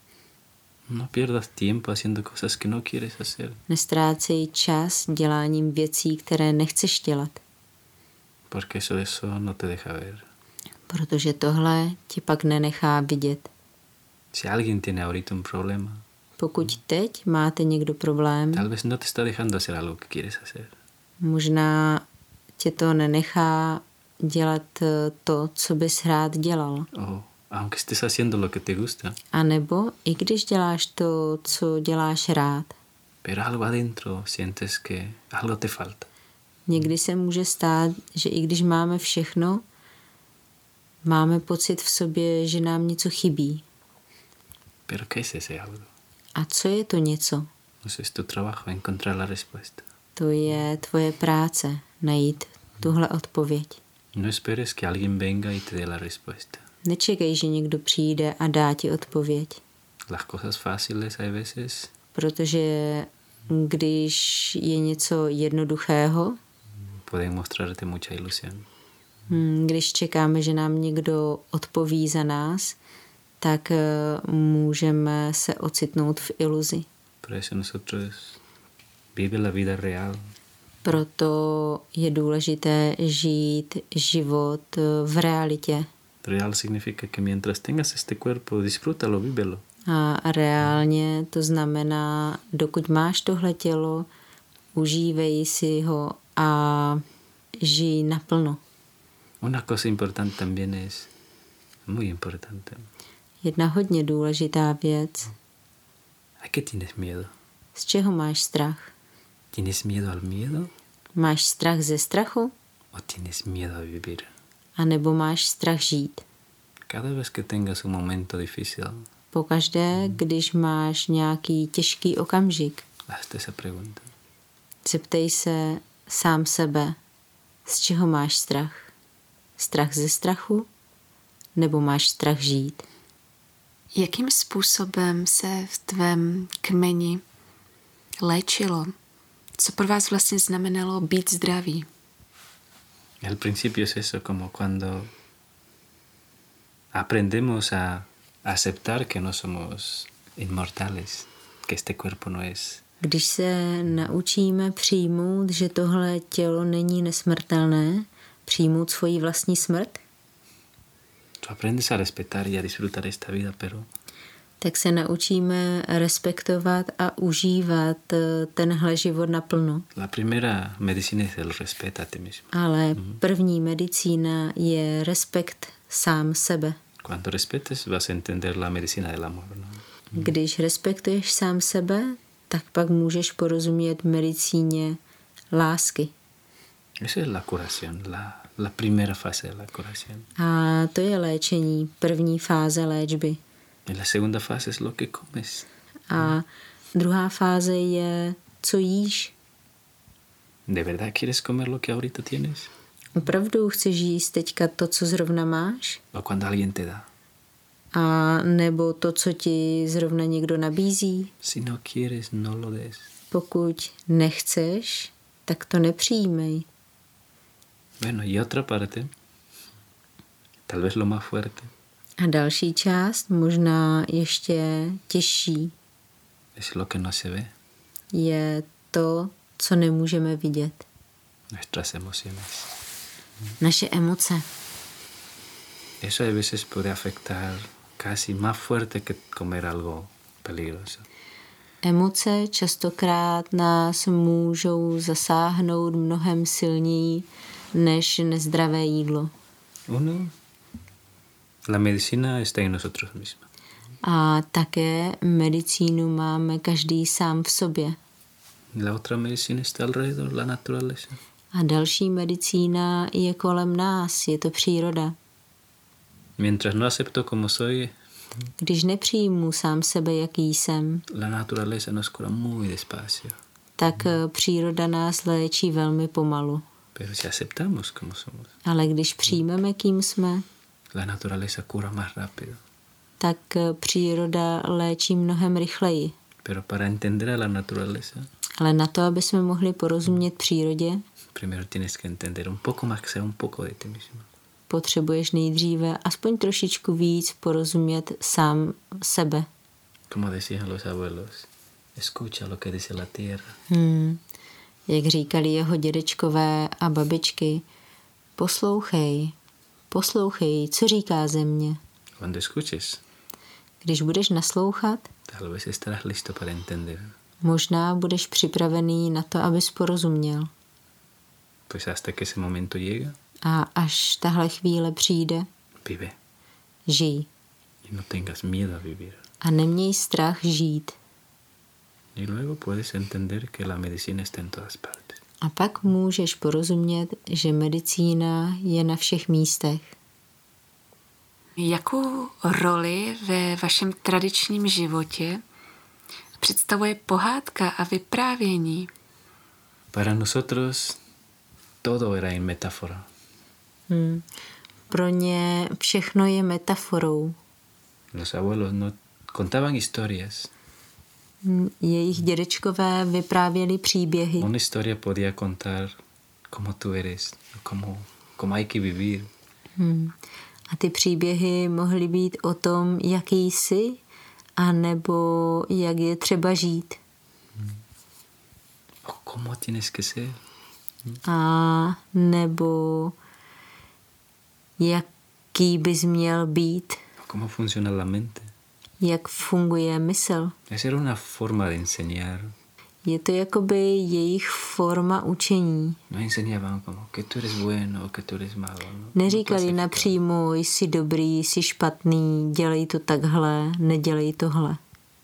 Speaker 3: No pierdas tiempo haciendo cosas que no quieres hacer.
Speaker 2: Nestrácej čas děláním věcí, které nechceš dělat.
Speaker 3: Porque eso, eso no te deja ver.
Speaker 2: Protože tohle ti pak nenechá vidět.
Speaker 3: Si alguien tiene ahorita un problema,
Speaker 2: Pokud teď máte někdo problém,
Speaker 3: tal vez no te está dejando hacer algo que quieres hacer.
Speaker 2: možná tě to nenechá dělat eh, to, co bys rád dělal.
Speaker 3: O aunque estés haciendo lo que te gusta,
Speaker 2: A nebo i když děláš to, co děláš rád,
Speaker 3: pero algo adentro sientes que algo te falta.
Speaker 2: někdy se může stát, že i když máme všechno, máme pocit v sobě, že nám něco chybí.
Speaker 3: Pero ¿qué es ese algo?
Speaker 2: A co je to něco?
Speaker 3: Eso es tu trabajo, encontrar la respuesta.
Speaker 2: To je tvoje práce, najít tuhle odpověď.
Speaker 3: No esperes que alguien venga y te dé la respuesta.
Speaker 2: Nečekej, že někdo přijde a dá ti odpověď.
Speaker 3: Las cosas fáciles hay veces
Speaker 2: Protože když je něco jednoduchého,
Speaker 3: pueden mostrarte mucha ilusión.
Speaker 2: hm, když čekáme, že nám někdo odpoví za nás, tak eh, můžeme se ocitnout v iluzi.
Speaker 3: Por eso nosotros vive la vida real.
Speaker 2: Proto je důležité žít život eh, v realitě.
Speaker 3: Real significa que mientras tengas este cuerpo, disfrútalo, vívelo.
Speaker 2: A reálně to znamená, dokud máš tohle tělo, užívej si ho a žij naplno.
Speaker 3: Una cosa importante también es, muy importante,
Speaker 2: Jedna hodně důležitá věc.
Speaker 3: ¿a qué tienes miedo?
Speaker 2: Z čeho máš strach?
Speaker 3: ¿Tienes miedo al miedo
Speaker 2: Máš strach ze strachu?
Speaker 3: o tienes miedo a vivir?
Speaker 2: A nebo máš strach žít?
Speaker 3: Cada vez que tengas un momento difícil,
Speaker 2: Pokaždé, když máš nějaký těžký okamžik,
Speaker 3: hazte esa pregunta.
Speaker 2: zeptej se sám sebe, z čeho máš strach? Strach ze strachu? Nebo máš strach žít?
Speaker 1: Jakým způsobem se v tvém kmeni léčilo? Co pro vás vlastně znamenalo být zdravý?
Speaker 3: Al principio es eso, como cuando aprendemos a aceptar que no somos inmortales, que este cuerpo no es.
Speaker 2: Když se naučíme přijmout, že tohle tělo není nesmrtelné, přijmout svoji vlastní smrt,
Speaker 3: Tú aprendes a respetar y a disfrutar esta vida, pero
Speaker 2: tak se naučíme respektovat a užívat tenhle život naplno.
Speaker 3: la primera medicina es el respeto a ti mismo.
Speaker 2: Ale první medicína je respekt sám sebe.
Speaker 3: Cuando respetes vas a entender la medicina del amor, ¿no?
Speaker 2: Když respektuješ sám sebe, tak pak můžeš porozumět medicíně lásky.
Speaker 3: Esa es la curación, la, la primera fase de la curación.
Speaker 2: A to je léčení, první fáze léčby.
Speaker 3: Y la segunda fase es lo que comes.
Speaker 2: A druhá fáze je, co jíš.
Speaker 3: ¿De verdad quieres comer lo que ahorita tienes?
Speaker 2: Opravdu chceš jíst teďka to, co zrovna máš?
Speaker 3: ¿O cuando alguien te da?
Speaker 2: A nebo to, co ti zrovna někdo nabízí?
Speaker 3: Si no quieres, no lo des.
Speaker 2: Pokud nechceš, tak to nepřijímej.
Speaker 3: Bueno, y otra parte, tal vez lo más fuerte,
Speaker 2: A další část, možná ještě těžší,
Speaker 3: es lo que no se ve.
Speaker 2: je to, co nemůžeme vidět.
Speaker 3: nuestras emociones.
Speaker 2: Naše emoce.
Speaker 3: Eso a veces puede afectar casi más fuerte que comer algo peligroso.
Speaker 2: Emoce častokrát nás můžou zasáhnout mnohem silněji než nezdravé jídlo.
Speaker 3: Uno, la medicina está en nosotros mismos.
Speaker 2: A také medicínu máme každý sám v sobě.
Speaker 3: La otra medicina está alrededor, la naturaleza.
Speaker 2: A další medicína je kolem nás, je to příroda.
Speaker 3: Mientras no acepto como soy,
Speaker 2: Když nepřijmu sám sebe, jaký jsem,
Speaker 3: la naturaleza nos cura muy despacio.
Speaker 2: tak příroda nás léčí velmi pomalu.
Speaker 3: Pero si aceptamos como somos,
Speaker 2: Ale když přijmeme, kým jsme,
Speaker 3: la naturaleza cura más rápido.
Speaker 2: tak příroda léčí mnohem rychleji.
Speaker 3: Pero para entender a la naturaleza,
Speaker 2: Ale na to, aby jsme mohli porozumět přírodě,
Speaker 3: primero tienes que entender un poco más, que sea un poco de ti mismo.
Speaker 2: potřebuješ nejdříve aspoň trošičku víc porozumět sám sebe.
Speaker 3: Como decían los abuelos, escucha lo que dice la tierra.
Speaker 2: Hmm. Jak říkali jeho dědečkové a babičky, poslouchej, poslouchej, co říká země.
Speaker 3: Cuando escuches,
Speaker 2: Když budeš naslouchat,
Speaker 3: tal vez estarás listo para entender.
Speaker 2: možná budeš připravený na to, abys porozuměl.
Speaker 3: Pues hasta que ese momento llega,
Speaker 2: A až tahle chvíle přijde,
Speaker 3: vive
Speaker 2: žij.
Speaker 3: y no tengas miedo a vivir.
Speaker 2: A neměj strach žít.
Speaker 3: Y luego puedes entender que la medicina está en todas partes.
Speaker 2: A pak můžeš porozumět, že medicína je na všech místech.
Speaker 1: Jakou roli ve vašem tradičním životě představuje pohádka a vyprávění?
Speaker 3: Para nosotros todo era en metáfora.
Speaker 2: Hmm. Pro ně všechno je metaforou.
Speaker 3: Los abuelos no contaban historias.
Speaker 2: Hmm. Jejich dědečkové vyprávěli příběhy.
Speaker 3: Una historia podía contar cómo tú eres, cómo, cómo hay que vivir.
Speaker 2: Hmm. A ty příběhy mohly být o tom, jaký jsi, anebo jak je třeba žít.
Speaker 3: O cómo tienes que ser.
Speaker 2: A nebo jaký bys měl být,
Speaker 3: O cómo funciona la mente.
Speaker 2: jak funguje mysl.
Speaker 3: Esa era una forma de enseñar.
Speaker 2: Je to jakoby jejich forma učení.
Speaker 3: No enseñaban como que tú eres bueno o que tú eres malo. No?
Speaker 2: Neříkali napřímo, jsi dobrý, jsi špatný, dělej to takhle, nedělej tohle.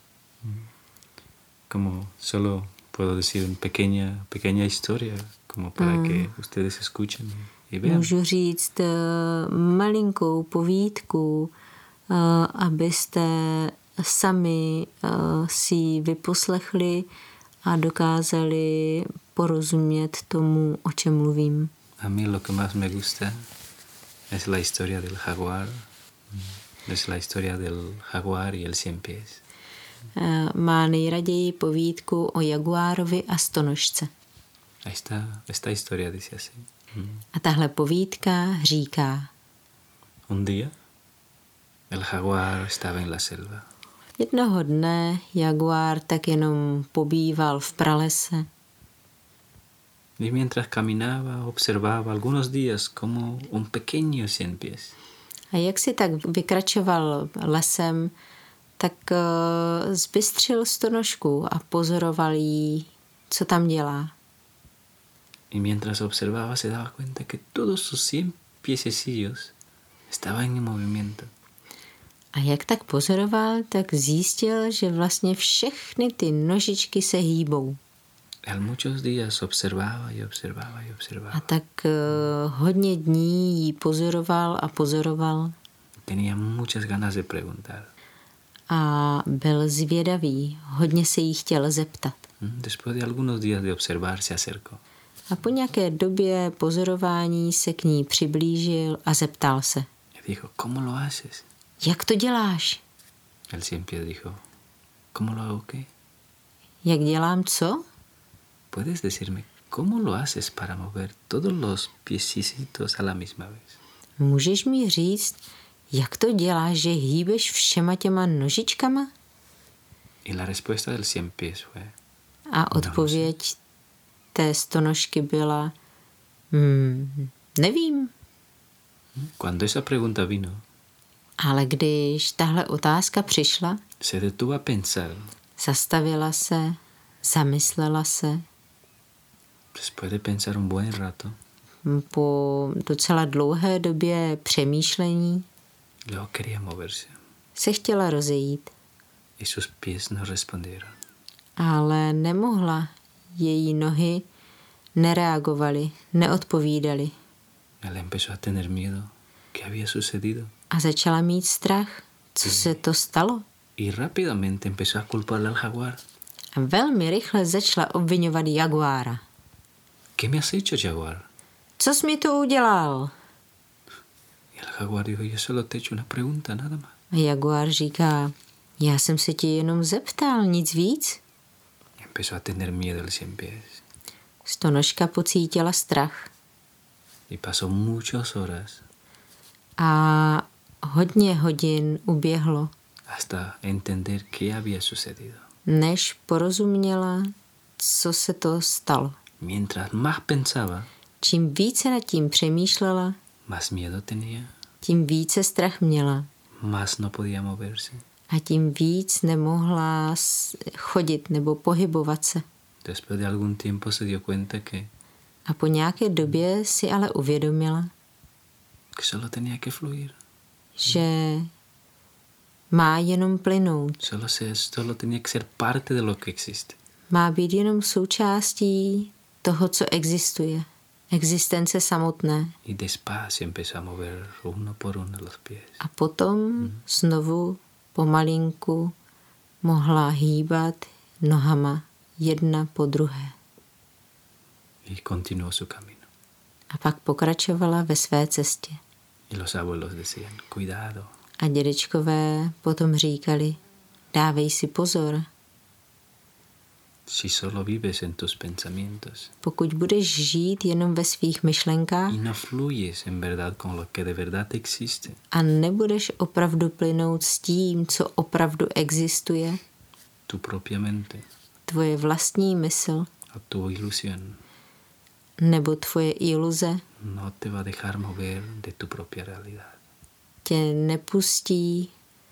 Speaker 3: Como solo puedo decir una pequeña, pequeña historia, como para mm. que ustedes escuchen y vean.
Speaker 2: Můžu říct uh, malinkou povídku, uh, abyste sami uh, si vyposlechli a dokázali porozumět tomu, o čem mluvím.
Speaker 3: A mí lo que más me gusta es la historia del jaguar. Es la historia del jaguar y el cien pies.
Speaker 2: Uh, má nejraději povídku o jaguárovi a stonožce.
Speaker 3: Esta, esta historia dice así.
Speaker 2: A tahle povídka říká:
Speaker 3: Un día el jaguar estaba en la selva.
Speaker 2: Jednoho dne jaguár tak jenom pobýval v pralese.
Speaker 3: Y mientras caminaba, observaba algunos días como un pequeño cien pies.
Speaker 2: A jak si tak vykračoval lesem, tak uh, zbystřil stonožku a pozoroval jí, co tam dělá.
Speaker 3: Y mientras observaba se daba cuenta que todos sus cien piececillos estaban en movimiento.
Speaker 2: A jak tak pozoroval, tak zjistil, že vlastně všechny ty nožičky se hýbou.
Speaker 3: Al muchos días observaba y observaba y observaba.
Speaker 2: A tak uh, hodně dní jí pozoroval a pozoroval.
Speaker 3: Tenía muchas ganas de preguntar.
Speaker 2: A byl zvědavý, hodně se jí chtěl zeptat.
Speaker 3: Después de algunos días de observar se acercó.
Speaker 2: A po nějaké době pozorování se k ní přiblížil a zeptal se:
Speaker 3: Le dijo, ¿cómo lo haces?
Speaker 2: Jak to děláš?
Speaker 3: El cien pies dijo, ¿cómo lo hago qué?
Speaker 2: Jak dělám co?
Speaker 3: ¿Puedes decirme cómo lo haces para mover todos los piecitos a la misma vez?
Speaker 2: Můžeš mi říct, jak to děláš, že hýbeš všema těma nožičkama?
Speaker 3: Y la respuesta del cien pies fue,
Speaker 2: A odpověď té stonožky byla: Hmm, nevím.
Speaker 3: Cuando esa pregunta vino,
Speaker 2: Ale když tahle otázka přišla,
Speaker 3: se detuvo a pensar.
Speaker 2: zastavila se, zamyslela se.
Speaker 3: Después de pensar un buen rato,
Speaker 2: Po docela dlouhé době přemýšlení
Speaker 3: luego quería moverse
Speaker 2: se chtěla rozejít,
Speaker 3: y sus pies no respondieron.
Speaker 2: ale nemohla. Její nohy nereagovaly, neodpovídaly
Speaker 3: Él empezó a tener miedo. ¿Qué había sucedido?
Speaker 2: a začala mít strach. Co se to stalo?
Speaker 3: Y rápidamente empezó a culparle al jaguar.
Speaker 2: A velmi rychle začala obvinovat jaguára.
Speaker 3: ¿Qué me has hecho, jaguar?
Speaker 2: Co jsi mi to udělal?
Speaker 3: Y el jaguar dijo, yo solo te he hecho una pregunta, nada más.
Speaker 2: A jaguár říká, já jsem se tě jenom zeptal, nic víc.
Speaker 3: Y empezó a tener miedo el cien pies.
Speaker 2: Stonožka pocítila strach.
Speaker 3: Y pasó muchas horas
Speaker 2: A hodně hodin uběhlo,
Speaker 3: hasta entender qué había sucedido.
Speaker 2: než porozuměla, co se to stalo.
Speaker 3: Mientras más pensaba,
Speaker 2: Čím více nad tím přemýšlela,
Speaker 3: más miedo tenía,
Speaker 2: tím více strach měla.
Speaker 3: más no podía moverse.
Speaker 2: A tím víc nemohla chodit nebo pohybovat se.
Speaker 3: Después de algún tiempo se dio cuenta que,
Speaker 2: A po nějaké době si ale uvědomila,
Speaker 3: que solo tenía que fluir.
Speaker 2: že má jenom plynout.
Speaker 3: Solo, se, solo tenía que ser parte de lo que existe.
Speaker 2: Má být jenom součástí toho, co existuje. Existence samotné.
Speaker 3: Y despacio empezó a mover uno por uno los pies.
Speaker 2: A potom znovu pomalinku mohla hýbat nohama jedna po druhé.
Speaker 3: Y continuó su camino.
Speaker 2: A pak pokračovala ve své cestě.
Speaker 3: Y los abuelos decían, cuidado,
Speaker 2: A dědečkové potom říkali, dávej si pozor,
Speaker 3: si solo vives en tus pensamientos
Speaker 2: pokud budeš žít jenom ve svých myšlenkách
Speaker 3: y no fluyes en verdad con lo que de verdad existe,
Speaker 2: a nebudeš opravdu plynout s tím, co opravdu existuje,
Speaker 3: tu propia mente
Speaker 2: tvoje vlastní mysl
Speaker 3: o tu ilusión
Speaker 2: nebo tvoje iluze
Speaker 3: no te va a dejar mover de tu propia realidad.
Speaker 2: tě nepustí,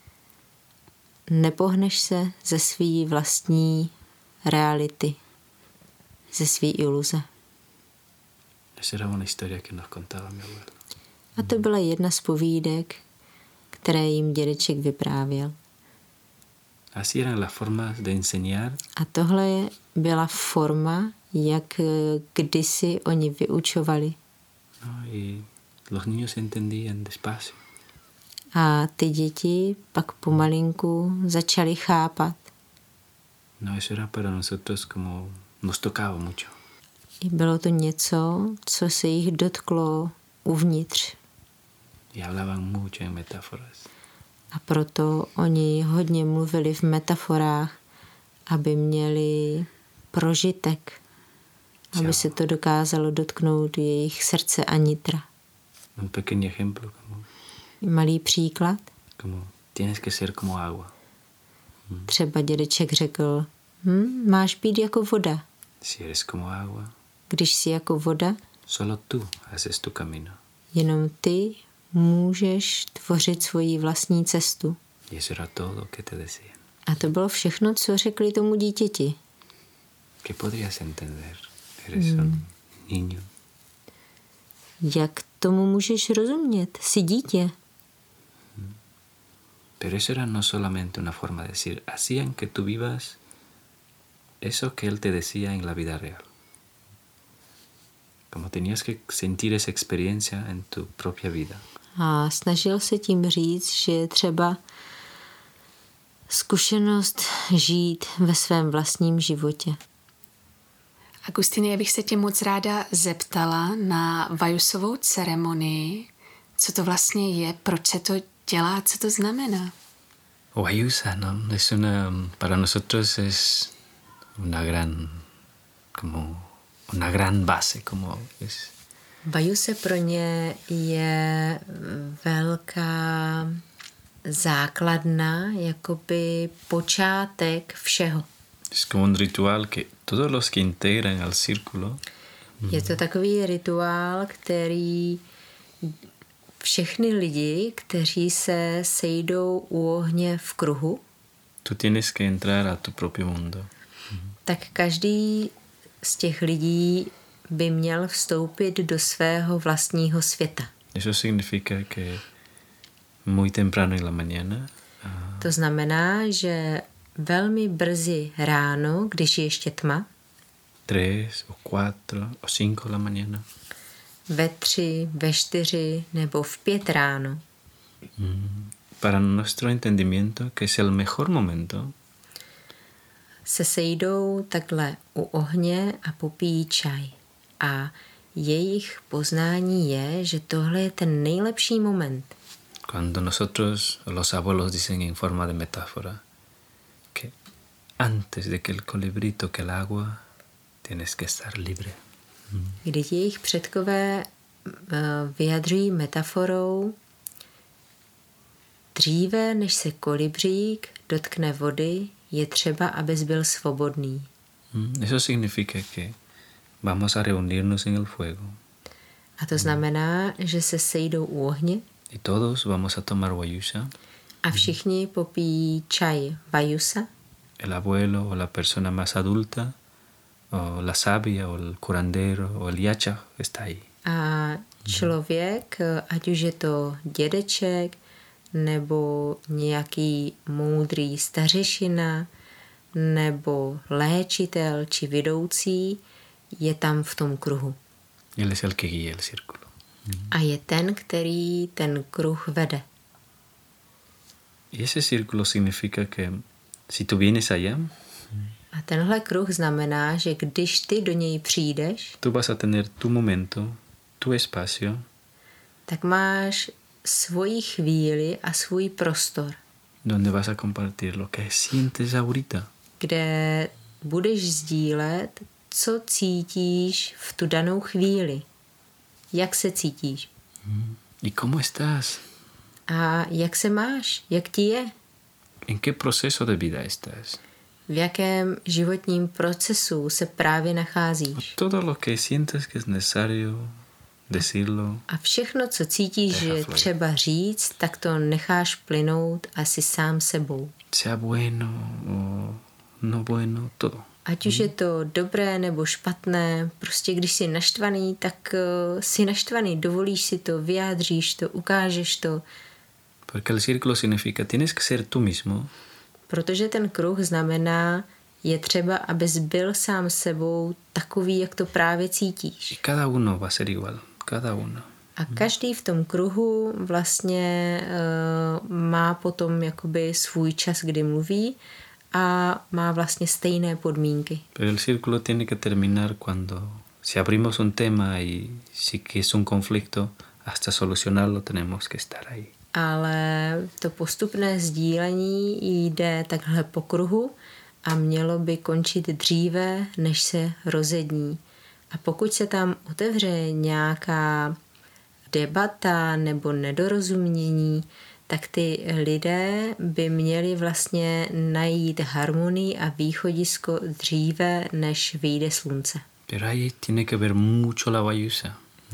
Speaker 2: nepohneš se ze svý vlastní reality, ze svý iluze.
Speaker 3: Esa era una historia que nos contaba mi abuelo.
Speaker 2: A to byla jedna z povídek, které jim dědeček vyprávěl.
Speaker 3: Así eran las formas de enseñar.
Speaker 2: A tohle byla forma, jak kdysi oni vyučovali.
Speaker 3: ¿No? Y los niños entendían despacio.
Speaker 2: A ty děti pak pomalinku začaly chápat.
Speaker 3: No, eso era para nosotros como nos tocaba mucho.
Speaker 2: I bylo to něco, co se jich dotklo uvnitř.
Speaker 3: Y hablaban mucho en metáforas.
Speaker 2: A proto oni hodně mluvili v metaforách, aby měli prožitek, aby se to dokázalo dotknout jejich srdce a nitra.
Speaker 3: Un pequeño ejemplo, como,
Speaker 2: Malý příklad.
Speaker 3: como tienes que ser como agua.
Speaker 2: Třeba dědeček řekl, hm, máš být jako voda.
Speaker 3: Si eres como agua,
Speaker 2: Když jsi jako voda,
Speaker 3: solo tú haces tu camino.
Speaker 2: jenom ty můžeš tvořit svoji vlastní cestu.
Speaker 3: Y eso era todo que te decían.
Speaker 2: A to bylo všechno, co řekli tomu dítěti.
Speaker 3: ¿Qué podrías entender? Eres un niño.
Speaker 2: Jak tomu můžeš rozumět? Jsi dítě.
Speaker 3: Pero eso era no solamente una forma de decir, hacían que tú vivas eso que él te decía en la vida real. Como tenías que sentir esa experiencia en tu propia vida.
Speaker 2: A snažil se tím říct, že je třeba zkušenost žít ve svém vlastním životě.
Speaker 1: Agustine, já bych se tě moc ráda zeptala na Vajusovou ceremonii. Co to vlastně je, proč se to dělá, co to znamená?
Speaker 3: Vayusa, ¿no? Es una, para nosotros es una gran, como una gran base, como es.
Speaker 2: Vajuse pro ně je velká základna, jakoby počátek všeho.
Speaker 3: Es como un ritual que todos los que integran al círculo
Speaker 2: Je to takový rituál, který všechny lidi, kteří se sejdou u ohně v kruhu,
Speaker 3: tú tienes que entrar a tu propio mundo.
Speaker 2: tak každý z těch lidí by měl vstoupit do svého vlastního světa.
Speaker 3: Eso significa que muy temprano en la mañana, uh,
Speaker 2: To znamená, že velmi brzy ráno, když je ještě tma,
Speaker 3: tres o cuatro o cinco de la mañana,
Speaker 2: ve tři, ve čtyři nebo v pět ráno,
Speaker 3: mm, para nuestro entendimiento que es el mejor momento
Speaker 2: se sejdou takhle u ohně a popijí čaj. A jejich poznání je, že tohle je ten nejlepší moment.
Speaker 3: cuando nosotros, los abuelos dicen en forma de metáfora, que antes de que el colibrí toque el agua, tienes que estar libre.
Speaker 2: Kdy jejich předkové vyjadřují metaforou, dříve než se kolibřík dotkne vody, je třeba, abys byl svobodný.
Speaker 3: Eso significa que vamos a reunirnos en el fuego
Speaker 2: A to znamená, že se sejdou u ohně
Speaker 3: y todos vamos a tomar guayusa.
Speaker 2: a všichni popijí čaj vajusa,
Speaker 3: El abuelo o la persona más adulta, o la sabia o el curandero o el yacha está ahí.
Speaker 2: a člověk, ať už je to dědeček nebo nějaký moudrý stařešina nebo léčitel či vidoucí, je tam v tom kruhu.
Speaker 3: Él es el que guía el círculo.
Speaker 2: A je ten, který ten kruh vede.
Speaker 3: Y ese círculo significa que si tú vienes allá,
Speaker 2: A tenhle kruh znamená, že když ty do něj přijdeš,
Speaker 3: tú vas a tener tu momento, tu espacio,
Speaker 2: tak máš svoji chvíli a svůj prostor,
Speaker 3: donde vas a compartir lo que sientes ahorita.
Speaker 2: kde budeš sdílet, co cítíš v tu danou chvíli. Jak se cítíš?
Speaker 3: ¿Y cómo estás?
Speaker 2: A jak se máš? Jak ti je?
Speaker 3: ¿En qué proceso de vida estás?
Speaker 2: V jakém životním procesu se právě nacházíš?
Speaker 3: Todo lo que sientes que es necesario decirlo.
Speaker 2: A všechno, co cítíš, že je třeba říct, tak to necháš plynout asi sám sebou.
Speaker 3: Sea bueno o no bueno, todo.
Speaker 2: Ať už je to dobré nebo špatné, prostě když jsi naštvaný, tak uh, jsi naštvaný, dovolíš si to, vyjádříš to, ukážeš to.
Speaker 3: Porque el círculo significa tienes que ser tú mismo.
Speaker 2: Protože ten kruh znamená, je třeba, abys byl sám sebou takový, jak to právě cítíš.
Speaker 3: Y cada uno va a ser igual, cada uno.
Speaker 2: A každý v tom kruhu vlastně uh, má potom jakoby svůj čas, kdy mluví a má vlastně stejné podmínky.
Speaker 3: Pero el círculo tiene que terminar cuando, si abrimos un tema y si que es un conflicto, hasta solucionarlo tenemos que estar ahí.
Speaker 2: Ale to postupné sdílení jde takhle po kruhu a mělo by končit dříve, než se rozední. A pokud se tam otevře nějaká debata nebo nedorozumění, tak ty lidé by měli vlastně najít harmonii a východisko dříve, než vyjde slunce.
Speaker 3: Pero ahí tiene que ver mucho la bayusa.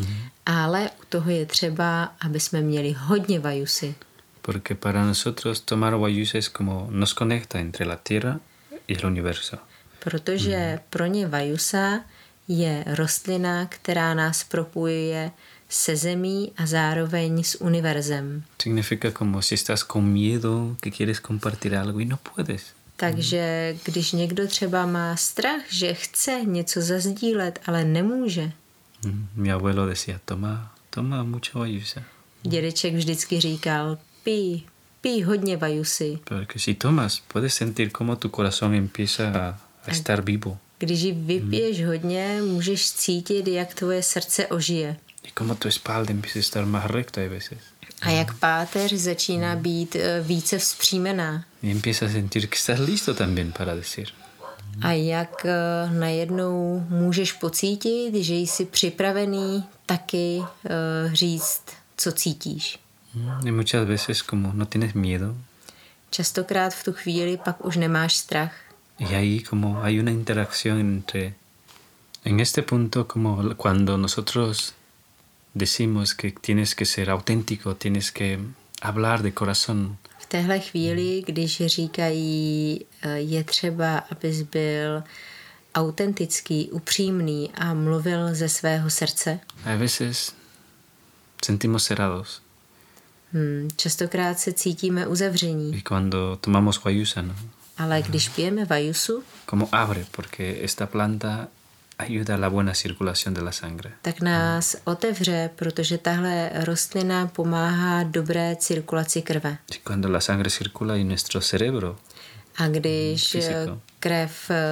Speaker 2: Ale u toho je třeba, aby jsme měli hodně vajusy.
Speaker 3: Porque para nosotros tomar bayusa es como nos conecta entre la tierra y el universo.
Speaker 2: Protože mm. pro ně vajusa je rostlina, která nás propojuje se zemí a zároveň s univerzem.
Speaker 3: Significa como si estás con miedo, que quieres compartir algo y no puedes.
Speaker 2: Takže když někdo třeba má strach, že chce něco zazdílet, ale nemůže.
Speaker 3: Mi abuelo decía, toma, toma mucha bayusa.
Speaker 2: Dědeček vždycky říkal, pij, pij hodně vajusy.
Speaker 3: Porque si tomas, puedes sentir como tu corazón empieza a, a estar vivo.
Speaker 2: Když ji vypiješ hmm. hodně, můžeš cítit, jak tvoje srdce ožije.
Speaker 3: Y como tu espalda empieza a estar más recta a veces.
Speaker 2: A jak páteř začíná být více vzpřímená.
Speaker 3: Y empieza a sentir que estás listo también para decir.
Speaker 2: A jak najednou můžeš pocítit, že jsi připravený taky uh, říct, co cítíš.
Speaker 3: Y muchas veces como no tienes miedo.
Speaker 2: Častokrát v tu chvíli pak už nemáš strach.
Speaker 3: Y ahí como hay una interacción entre En este punto, como cuando nosotros decimos que tienes que ser auténtico, tienes que hablar de corazón.
Speaker 2: V téhle chvíli, když říkají, je třeba, abys byl autentický, upřímný a mluvil ze svého srdce.
Speaker 3: A veces sentimos cerrados.
Speaker 2: Hmm, častokrát se cítíme uzavření.
Speaker 3: Y cuando tomamos guayusa, ¿no?
Speaker 2: Ale když pijeme vajusu,
Speaker 3: Como abre, porque esta planta ayuda a la buena circulación de la sangre.
Speaker 2: tak nás otevře, protože tahle rostlina pomáhá dobré cirkulaci krve.
Speaker 3: Y cuando la sangre circula y nuestro cerebro,
Speaker 2: A když
Speaker 3: Fyziko.
Speaker 2: krev eh,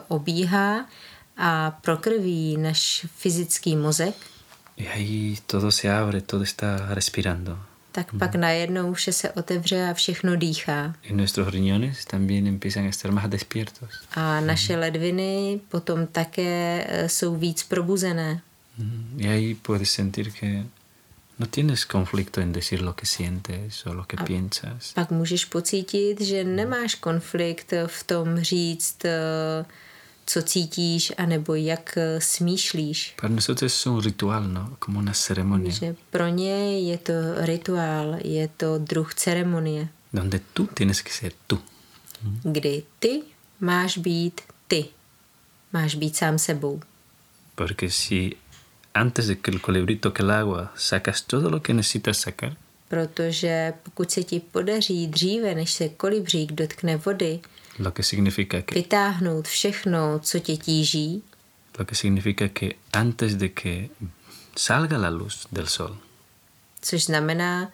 Speaker 2: obíhá a prokrví náš fyzický mozek,
Speaker 3: y ahí todo se abre, todo está respirando.
Speaker 2: tak pak najednou vše se otevře a všechno dýchá.
Speaker 3: Y nuestros riñones también empiezan a estar más despiertos.
Speaker 2: A naše ledviny potom také eh, jsou víc probuzené.
Speaker 3: Mm, Y ahí puedes sentir que no tienes conflicto en decir lo que sientes o lo que piensas.
Speaker 2: Pak můžeš pocítit, že nemáš konflikt v tom říct, eh, co cítíš, anebo jak eh, smýšlíš.
Speaker 3: Para nosotros es un ritual, ¿no? Como una ceremonia
Speaker 2: Že pro ně je to rituál, je to druh ceremonie,
Speaker 3: donde tú tienes que ser tú.
Speaker 2: kdy ty máš být ty. Máš být sám sebou.
Speaker 3: Porque si antes de que el colibrí toque el agua sacas todo lo que necesitas sacar,
Speaker 2: Protože pokud se ti podaří dříve, než se kolibřík dotkne vody,
Speaker 3: lo que significa que
Speaker 2: vytáhnout všechno, co tě tíží,
Speaker 3: lo que significa que antes de que salga la luz del sol,
Speaker 2: což znamená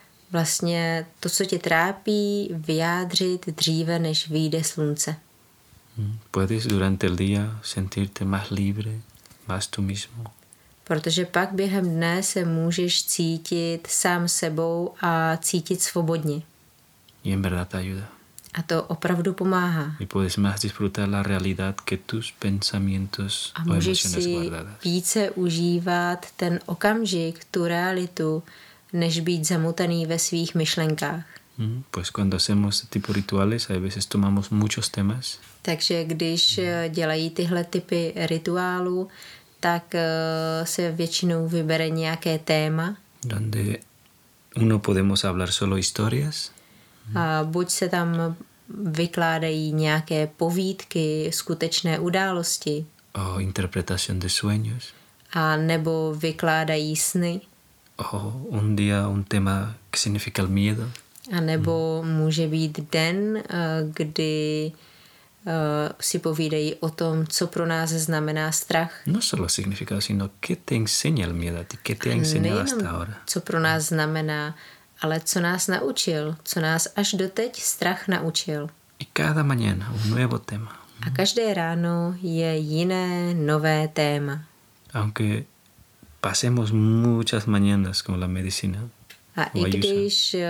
Speaker 2: vlastně to, co tě trápí, vyjádřit dříve, než vyjde slunce.
Speaker 3: mm, puedes durante el día sentirte más libre, más tú mismo.
Speaker 2: Protože pak během dne se můžeš cítit sám sebou a cítit svobodně.
Speaker 3: Y en verdad te ayuda.
Speaker 2: A to opravdu pomáhá.
Speaker 3: Y puedes más disfrutar la realidad que tus pensamientos
Speaker 2: A
Speaker 3: o
Speaker 2: můžeš
Speaker 3: emociones
Speaker 2: si
Speaker 3: guardadas.
Speaker 2: více užívat ten okamžik, tu realitu, než být zamotaný ve svých myšlenkách.
Speaker 3: Mm, Pues cuando hacemos este tipo de rituales, a veces tomamos muchos temas
Speaker 2: Takže když eh, dělají tyhle typy rituálů, tak eh, se většinou vybere nějaké téma
Speaker 3: donde uno podemos hablar solo historias
Speaker 2: a buď se tam vykládají nějaké povídky, skutečné události,
Speaker 3: o interpretación de sueños
Speaker 2: a nebo vykládají sny,
Speaker 3: o un día un tema que significa el miedo.
Speaker 2: a nebo může být den, eh, kdy eh, si povídají o tom, co pro nás znamená strach.
Speaker 3: No solo significado, sino qué te enseña el miedo a ti, qué te ha enseñado hasta
Speaker 2: Nejenom,
Speaker 3: ahora.
Speaker 2: co pro nás znamená, ale co nás naučil, co nás až doteď strach naučil.
Speaker 3: Y cada mañana un nuevo tema.
Speaker 2: A každé ráno je jiné, nové téma.
Speaker 3: Aunque pasemos muchas mañanas con la medicina.
Speaker 2: A i
Speaker 3: Ayusa.
Speaker 2: když uh,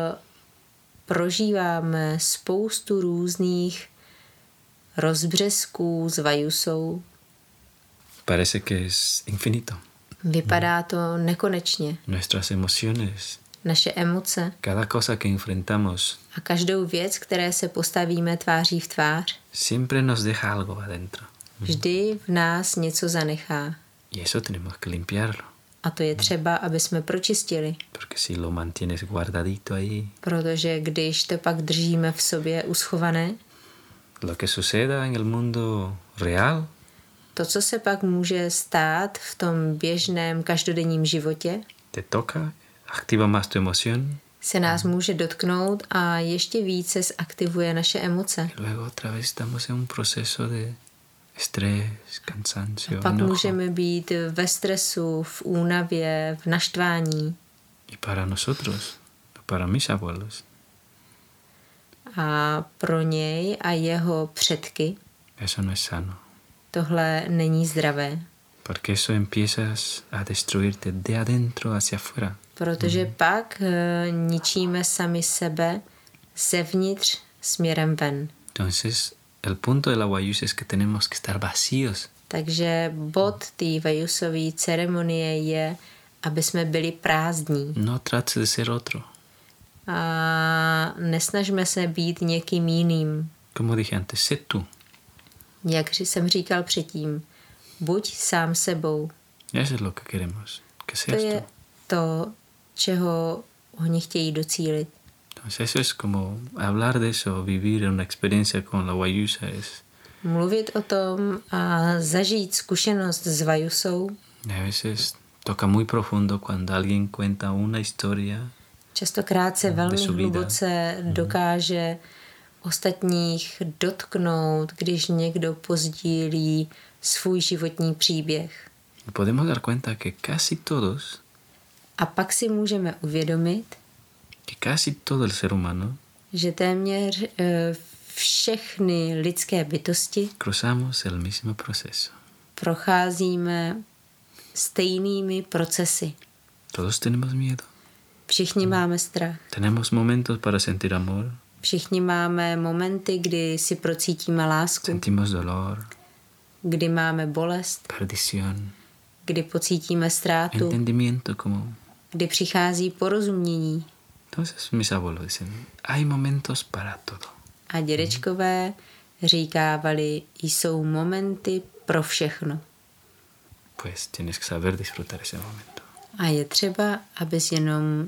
Speaker 2: prožíváme spoustu různých rozbřesků s vajusou,
Speaker 3: Parece que es infinito.
Speaker 2: vypadá to nekonečně.
Speaker 3: Nuestras emociones,
Speaker 2: Naše emoce
Speaker 3: cada cosa que enfrentamos,
Speaker 2: a každou věc, které se postavíme tváří v tvář,
Speaker 3: siempre nos deja algo adentro.
Speaker 2: vždy v nás něco zanechá.
Speaker 3: Y eso tenemos que limpiarlo.
Speaker 2: A to je třeba, aby jsme pročistili.
Speaker 3: Porque si lo mantienes guardadito ahí,
Speaker 2: Protože když to pak držíme v sobě uschované,
Speaker 3: lo que suceda en el mundo real
Speaker 2: to, co se pak může stát v tom běžném každodenním životě,
Speaker 3: te toca, activa más tu emoción
Speaker 2: se nás může dotknout a ještě více zaktivuje naše emoce.
Speaker 3: y luego otra vez estamos en un proceso de estrés, cansancio,
Speaker 2: Pak
Speaker 3: enojo.
Speaker 2: můžeme být ve stresu, v únavě, v naštvání.
Speaker 3: Y para nosotros, para mis abuelos,
Speaker 2: A pro něj a jeho předky
Speaker 3: eso no es sano.
Speaker 2: tohle není zdravé.
Speaker 3: Porque eso empiezas a destruirte de adentro hacia afuera.
Speaker 2: Protože pak e, ničíme sami sebe zevnitř směrem ven.
Speaker 3: Entonces, el punto de la guayusa es que tenemos que estar vacíos.
Speaker 2: Takže bod té vajusové ceremonie je, aby jsme byli prázdní.
Speaker 3: No trates de ser otro.
Speaker 2: A nesnažme se být někým jiným.
Speaker 3: Como dije antes, sé tú.
Speaker 2: Jak jsem říkal předtím, Buď sám sebou.
Speaker 3: Eso es lo que queremos, que
Speaker 2: To
Speaker 3: seas
Speaker 2: je
Speaker 3: tú.
Speaker 2: to, čeho oni chtějí docílit.
Speaker 3: Entonces eso es como hablar de eso, vivir una experiencia con la Guayusa es
Speaker 2: Mluvit o tom a zažít zkušenost s Vajusou.
Speaker 3: a veces toca muy profundo cuando alguien cuenta una historia
Speaker 2: Častokrát se velmi
Speaker 3: su vida.
Speaker 2: hluboce dokáže ostatních dotknout, když někdo pozdílí svůj životní příběh.
Speaker 3: y podemos dar cuenta que casi todos,
Speaker 2: A pak si můžeme uvědomit,
Speaker 3: que casi todo el ser humano
Speaker 2: že téměř eh, všechny lidské bytosti
Speaker 3: cruzamos el mismo proceso.
Speaker 2: procházíme stejnými procesy.
Speaker 3: Todos tenemos miedo.
Speaker 2: Všichni máme strach.
Speaker 3: Tenemos momentos para sentir amor,
Speaker 2: Všichni máme momenty, kdy si procítíme lásku,
Speaker 3: sentimos dolor,
Speaker 2: kdy máme bolest,
Speaker 3: perdición,
Speaker 2: kdy pocítíme ztrátu,
Speaker 3: entendimiento como...
Speaker 2: kdy přichází porozumění.
Speaker 3: Entonces mis abuelos dicen, hay momentos para todo.
Speaker 2: A dědečkové říkávali, jsou momenty pro všechno.
Speaker 3: Pues tienes que saber disfrutar ese momento.
Speaker 2: A je třeba, abys jenom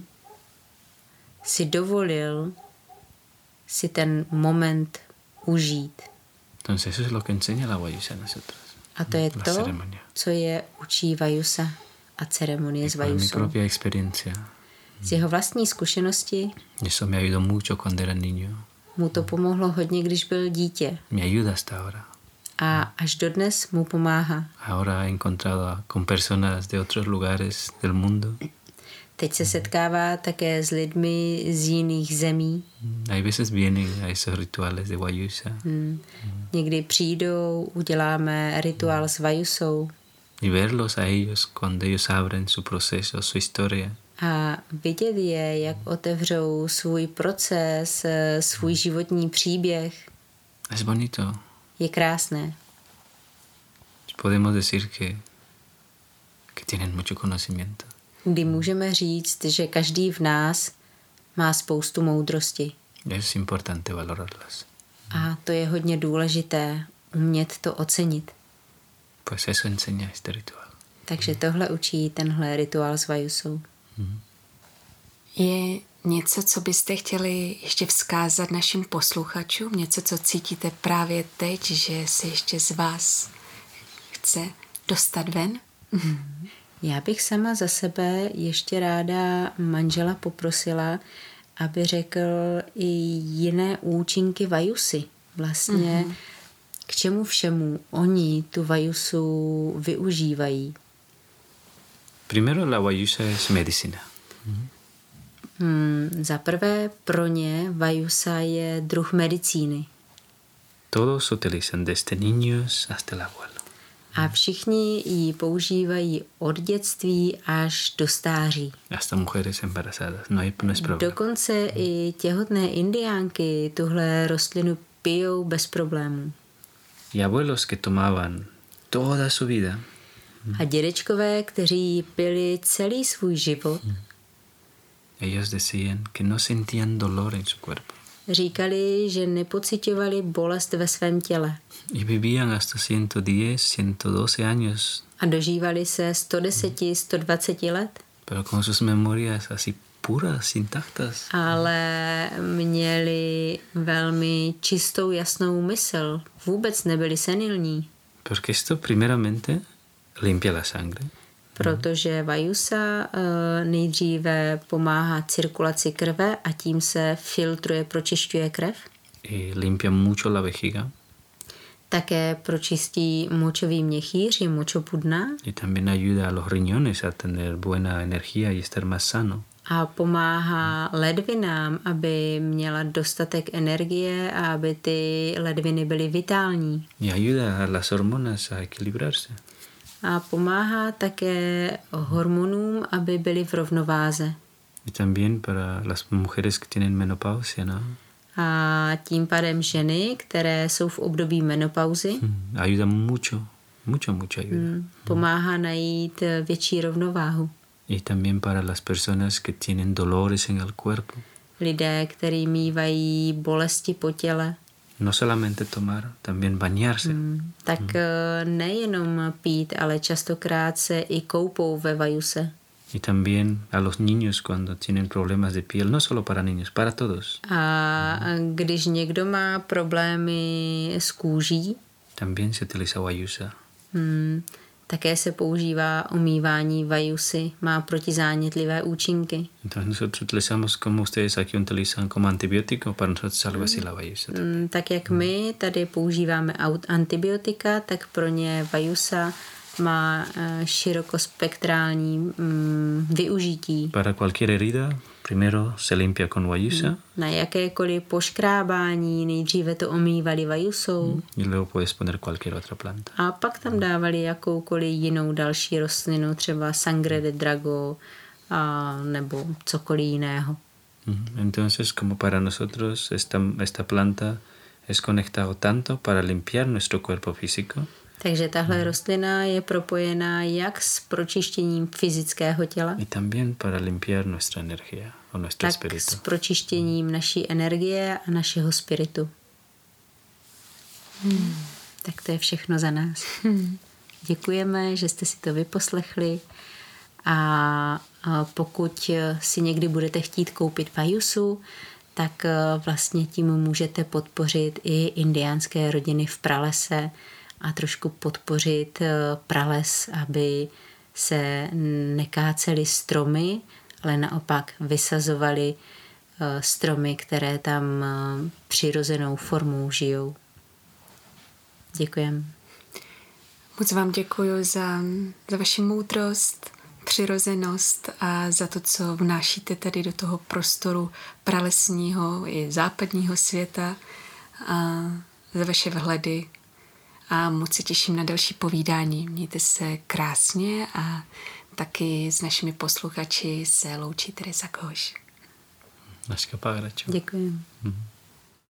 Speaker 2: si dovolil si ten moment užít.
Speaker 3: Entonces eso es lo que enseña la Guayusa a nosotros.
Speaker 2: A to je
Speaker 3: La
Speaker 2: to,
Speaker 3: ceremonia.
Speaker 2: co je učí Vajusa a ceremonie
Speaker 3: Y
Speaker 2: s
Speaker 3: por mi
Speaker 2: Vajusou.
Speaker 3: propia experiencia,
Speaker 2: Z jeho vlastní zkušenosti
Speaker 3: y eso me ayudó mucho cuando era niño,
Speaker 2: mu to pomohlo hodně, když byl dítě.
Speaker 3: me ayuda hasta ahora.
Speaker 2: A až dodnes mu pomáhá.
Speaker 3: Ahora he encontrado con personas de otros lugares del mundo.
Speaker 2: Teď se setkává také s lidmi z jiných zemí.
Speaker 3: Hay veces vienen a esos rituales de Guayusa
Speaker 2: Hmm. Někdy přijdou, uděláme rituál s Vajusou
Speaker 3: y verlos a ellos cuando ellos abren su proceso, su historia.
Speaker 2: a vidět je, jak otevřou svůj proces, svůj životní příběh,
Speaker 3: Es bonito.
Speaker 2: je krásné.
Speaker 3: Podemos decir que, que tienen mucho conocimiento.
Speaker 2: Kdy můžeme říct, že každý v nás má spoustu moudrosti.
Speaker 3: Es importante valorarlas.
Speaker 2: A to je hodně důležité, umět to ocenit.
Speaker 3: Pues eso enseña este ritual.
Speaker 2: Takže tohle učí tenhle rituál s Vajusou.
Speaker 1: Je něco, co byste chtěli ještě vzkázat našim posluchačům? Něco, co cítíte právě teď, že se ještě z vás chce dostat ven?
Speaker 2: Já bych sama za sebe ještě ráda manžela poprosila, aby řekl i jiné účinky Vajusy. Vlastně mm-hmm. k čemu všemu oni tu Vajusu využívají.
Speaker 3: Primero, la Guayusa es medicina.
Speaker 2: Hmm, za prvé pro ně Vajusa je druh medicíny.
Speaker 3: Todos utilizan desde niños hasta el abuelo.
Speaker 2: A všichni ji používají od dětství až do stáří.
Speaker 3: Hasta mujeres embarazadas. No, hay, no es problema.
Speaker 2: Dokonce i těhotné indiánky tuhle rostlinu pijou bez problémů.
Speaker 3: Y abuelos que tomaban toda su vida,
Speaker 2: A dědečkové, kteří ji pili celý svůj život,
Speaker 3: ellos decían que no sentían dolor en su cuerpo.
Speaker 2: říkali, že nepociťovali bolest ve svém těle.
Speaker 3: Y vivían hasta ciento diez, ciento doce años,
Speaker 2: A dožívali se sto deset, sto dvacet let,
Speaker 3: pero con sus memorias así puras, intactas.
Speaker 2: ale měli velmi čistou, jasnou mysl. Vůbec nebyli senilní,
Speaker 3: Porque esto primeramente limpia la sangre,
Speaker 2: protože Vajusa eh, nejdříve pomáhá cirkulaci krve a tím se filtruje, pročišťuje krev.
Speaker 3: y limpia mucho la vejiga
Speaker 2: Také pročistí močový měchýř, je močopudná
Speaker 3: y también ayuda a los riñones a tener buena energía y estar más sano.
Speaker 2: a pomáhá ledvinám, aby měla dostatek energie a aby ty ledviny byly vitální.
Speaker 3: Y ayuda a las hormonas a equilibrarse.
Speaker 2: A pomáhá také hormonům, aby byly v rovnováze.
Speaker 3: Y también para las mujeres que tienen menopausia, ¿no?
Speaker 2: A tím pádem ženy, které jsou v období menopauzy,
Speaker 3: Mm, ayuda mucho, mucho, mucho ayuda.
Speaker 2: mm, pomáhá najít větší rovnováhu.
Speaker 3: Y también para las personas que tienen dolores en el cuerpo.
Speaker 2: Lidé, kteří mívají bolesti po těle,
Speaker 3: No solamente tomar, también bañarse.
Speaker 2: Hmm. Tak hmm. nejenom pít, ale častokrát se i koupou ve vajuse.
Speaker 3: Y también a los niños cuando tienen problemas de piel, no solo para niños, para todos.
Speaker 2: A když někdo má problémy s kůží,
Speaker 3: también se utiliza vayusa.
Speaker 2: Hmm, také se používá omývání vajusy, má protizánětlivé účinky.
Speaker 3: Entonces nosotros utilizamos como ustedes aquí utilizan como antibiótico, para nosotros algo así la vayusa.
Speaker 2: Hmm, tak jak my tady používáme antibiotika, tak pro ně vajusa má širokospektrální mm, využití.
Speaker 3: Para cualquier herida, primero se limpia con vayusa.
Speaker 2: Na jakékoliv poškrábání nejdříve to omývali vajusou.
Speaker 3: Y luego puedes poner cualquier otra planta.
Speaker 2: A pak tam dávali jakoukoliv jinou další rostlinu, třeba sangre de drago a nebo cokoliv jiného.
Speaker 3: Entonces, como para nosotros esta, esta planta es conectado tanto para limpiar nuestro cuerpo físico.
Speaker 2: Takže tahle rostlina je propojená jak s pročištěním fyzického těla,
Speaker 3: y también para limpiar nuestra energía o nuestro
Speaker 2: tak
Speaker 3: espíritu.
Speaker 2: s pročištěním naší energie a našeho spiritu. Hmm. Tak to je všechno za nás. Hmm. Děkujeme, že jste si to vyposlechli a pokud si někdy budete chtít koupit vajusu, tak vlastně tím můžete podpořit i indiánské rodiny v pralese a trošku podpořit prales, aby se nekácely stromy, ale naopak vysazovaly stromy, které tam přirozenou formou žijou. Děkujeme.
Speaker 1: Moc vám děkuji za, za vaši moudrost, přirozenost a za to, co vnášíte tady do toho prostoru pralesního i západního světa a za vaše vhledy. A moc se těším na další povídání. Mějte se krásně a taky s našimi posluchači se loučí Teresa Koš.
Speaker 3: Naška Págraču.
Speaker 2: Děkuji.
Speaker 3: Mm-hmm.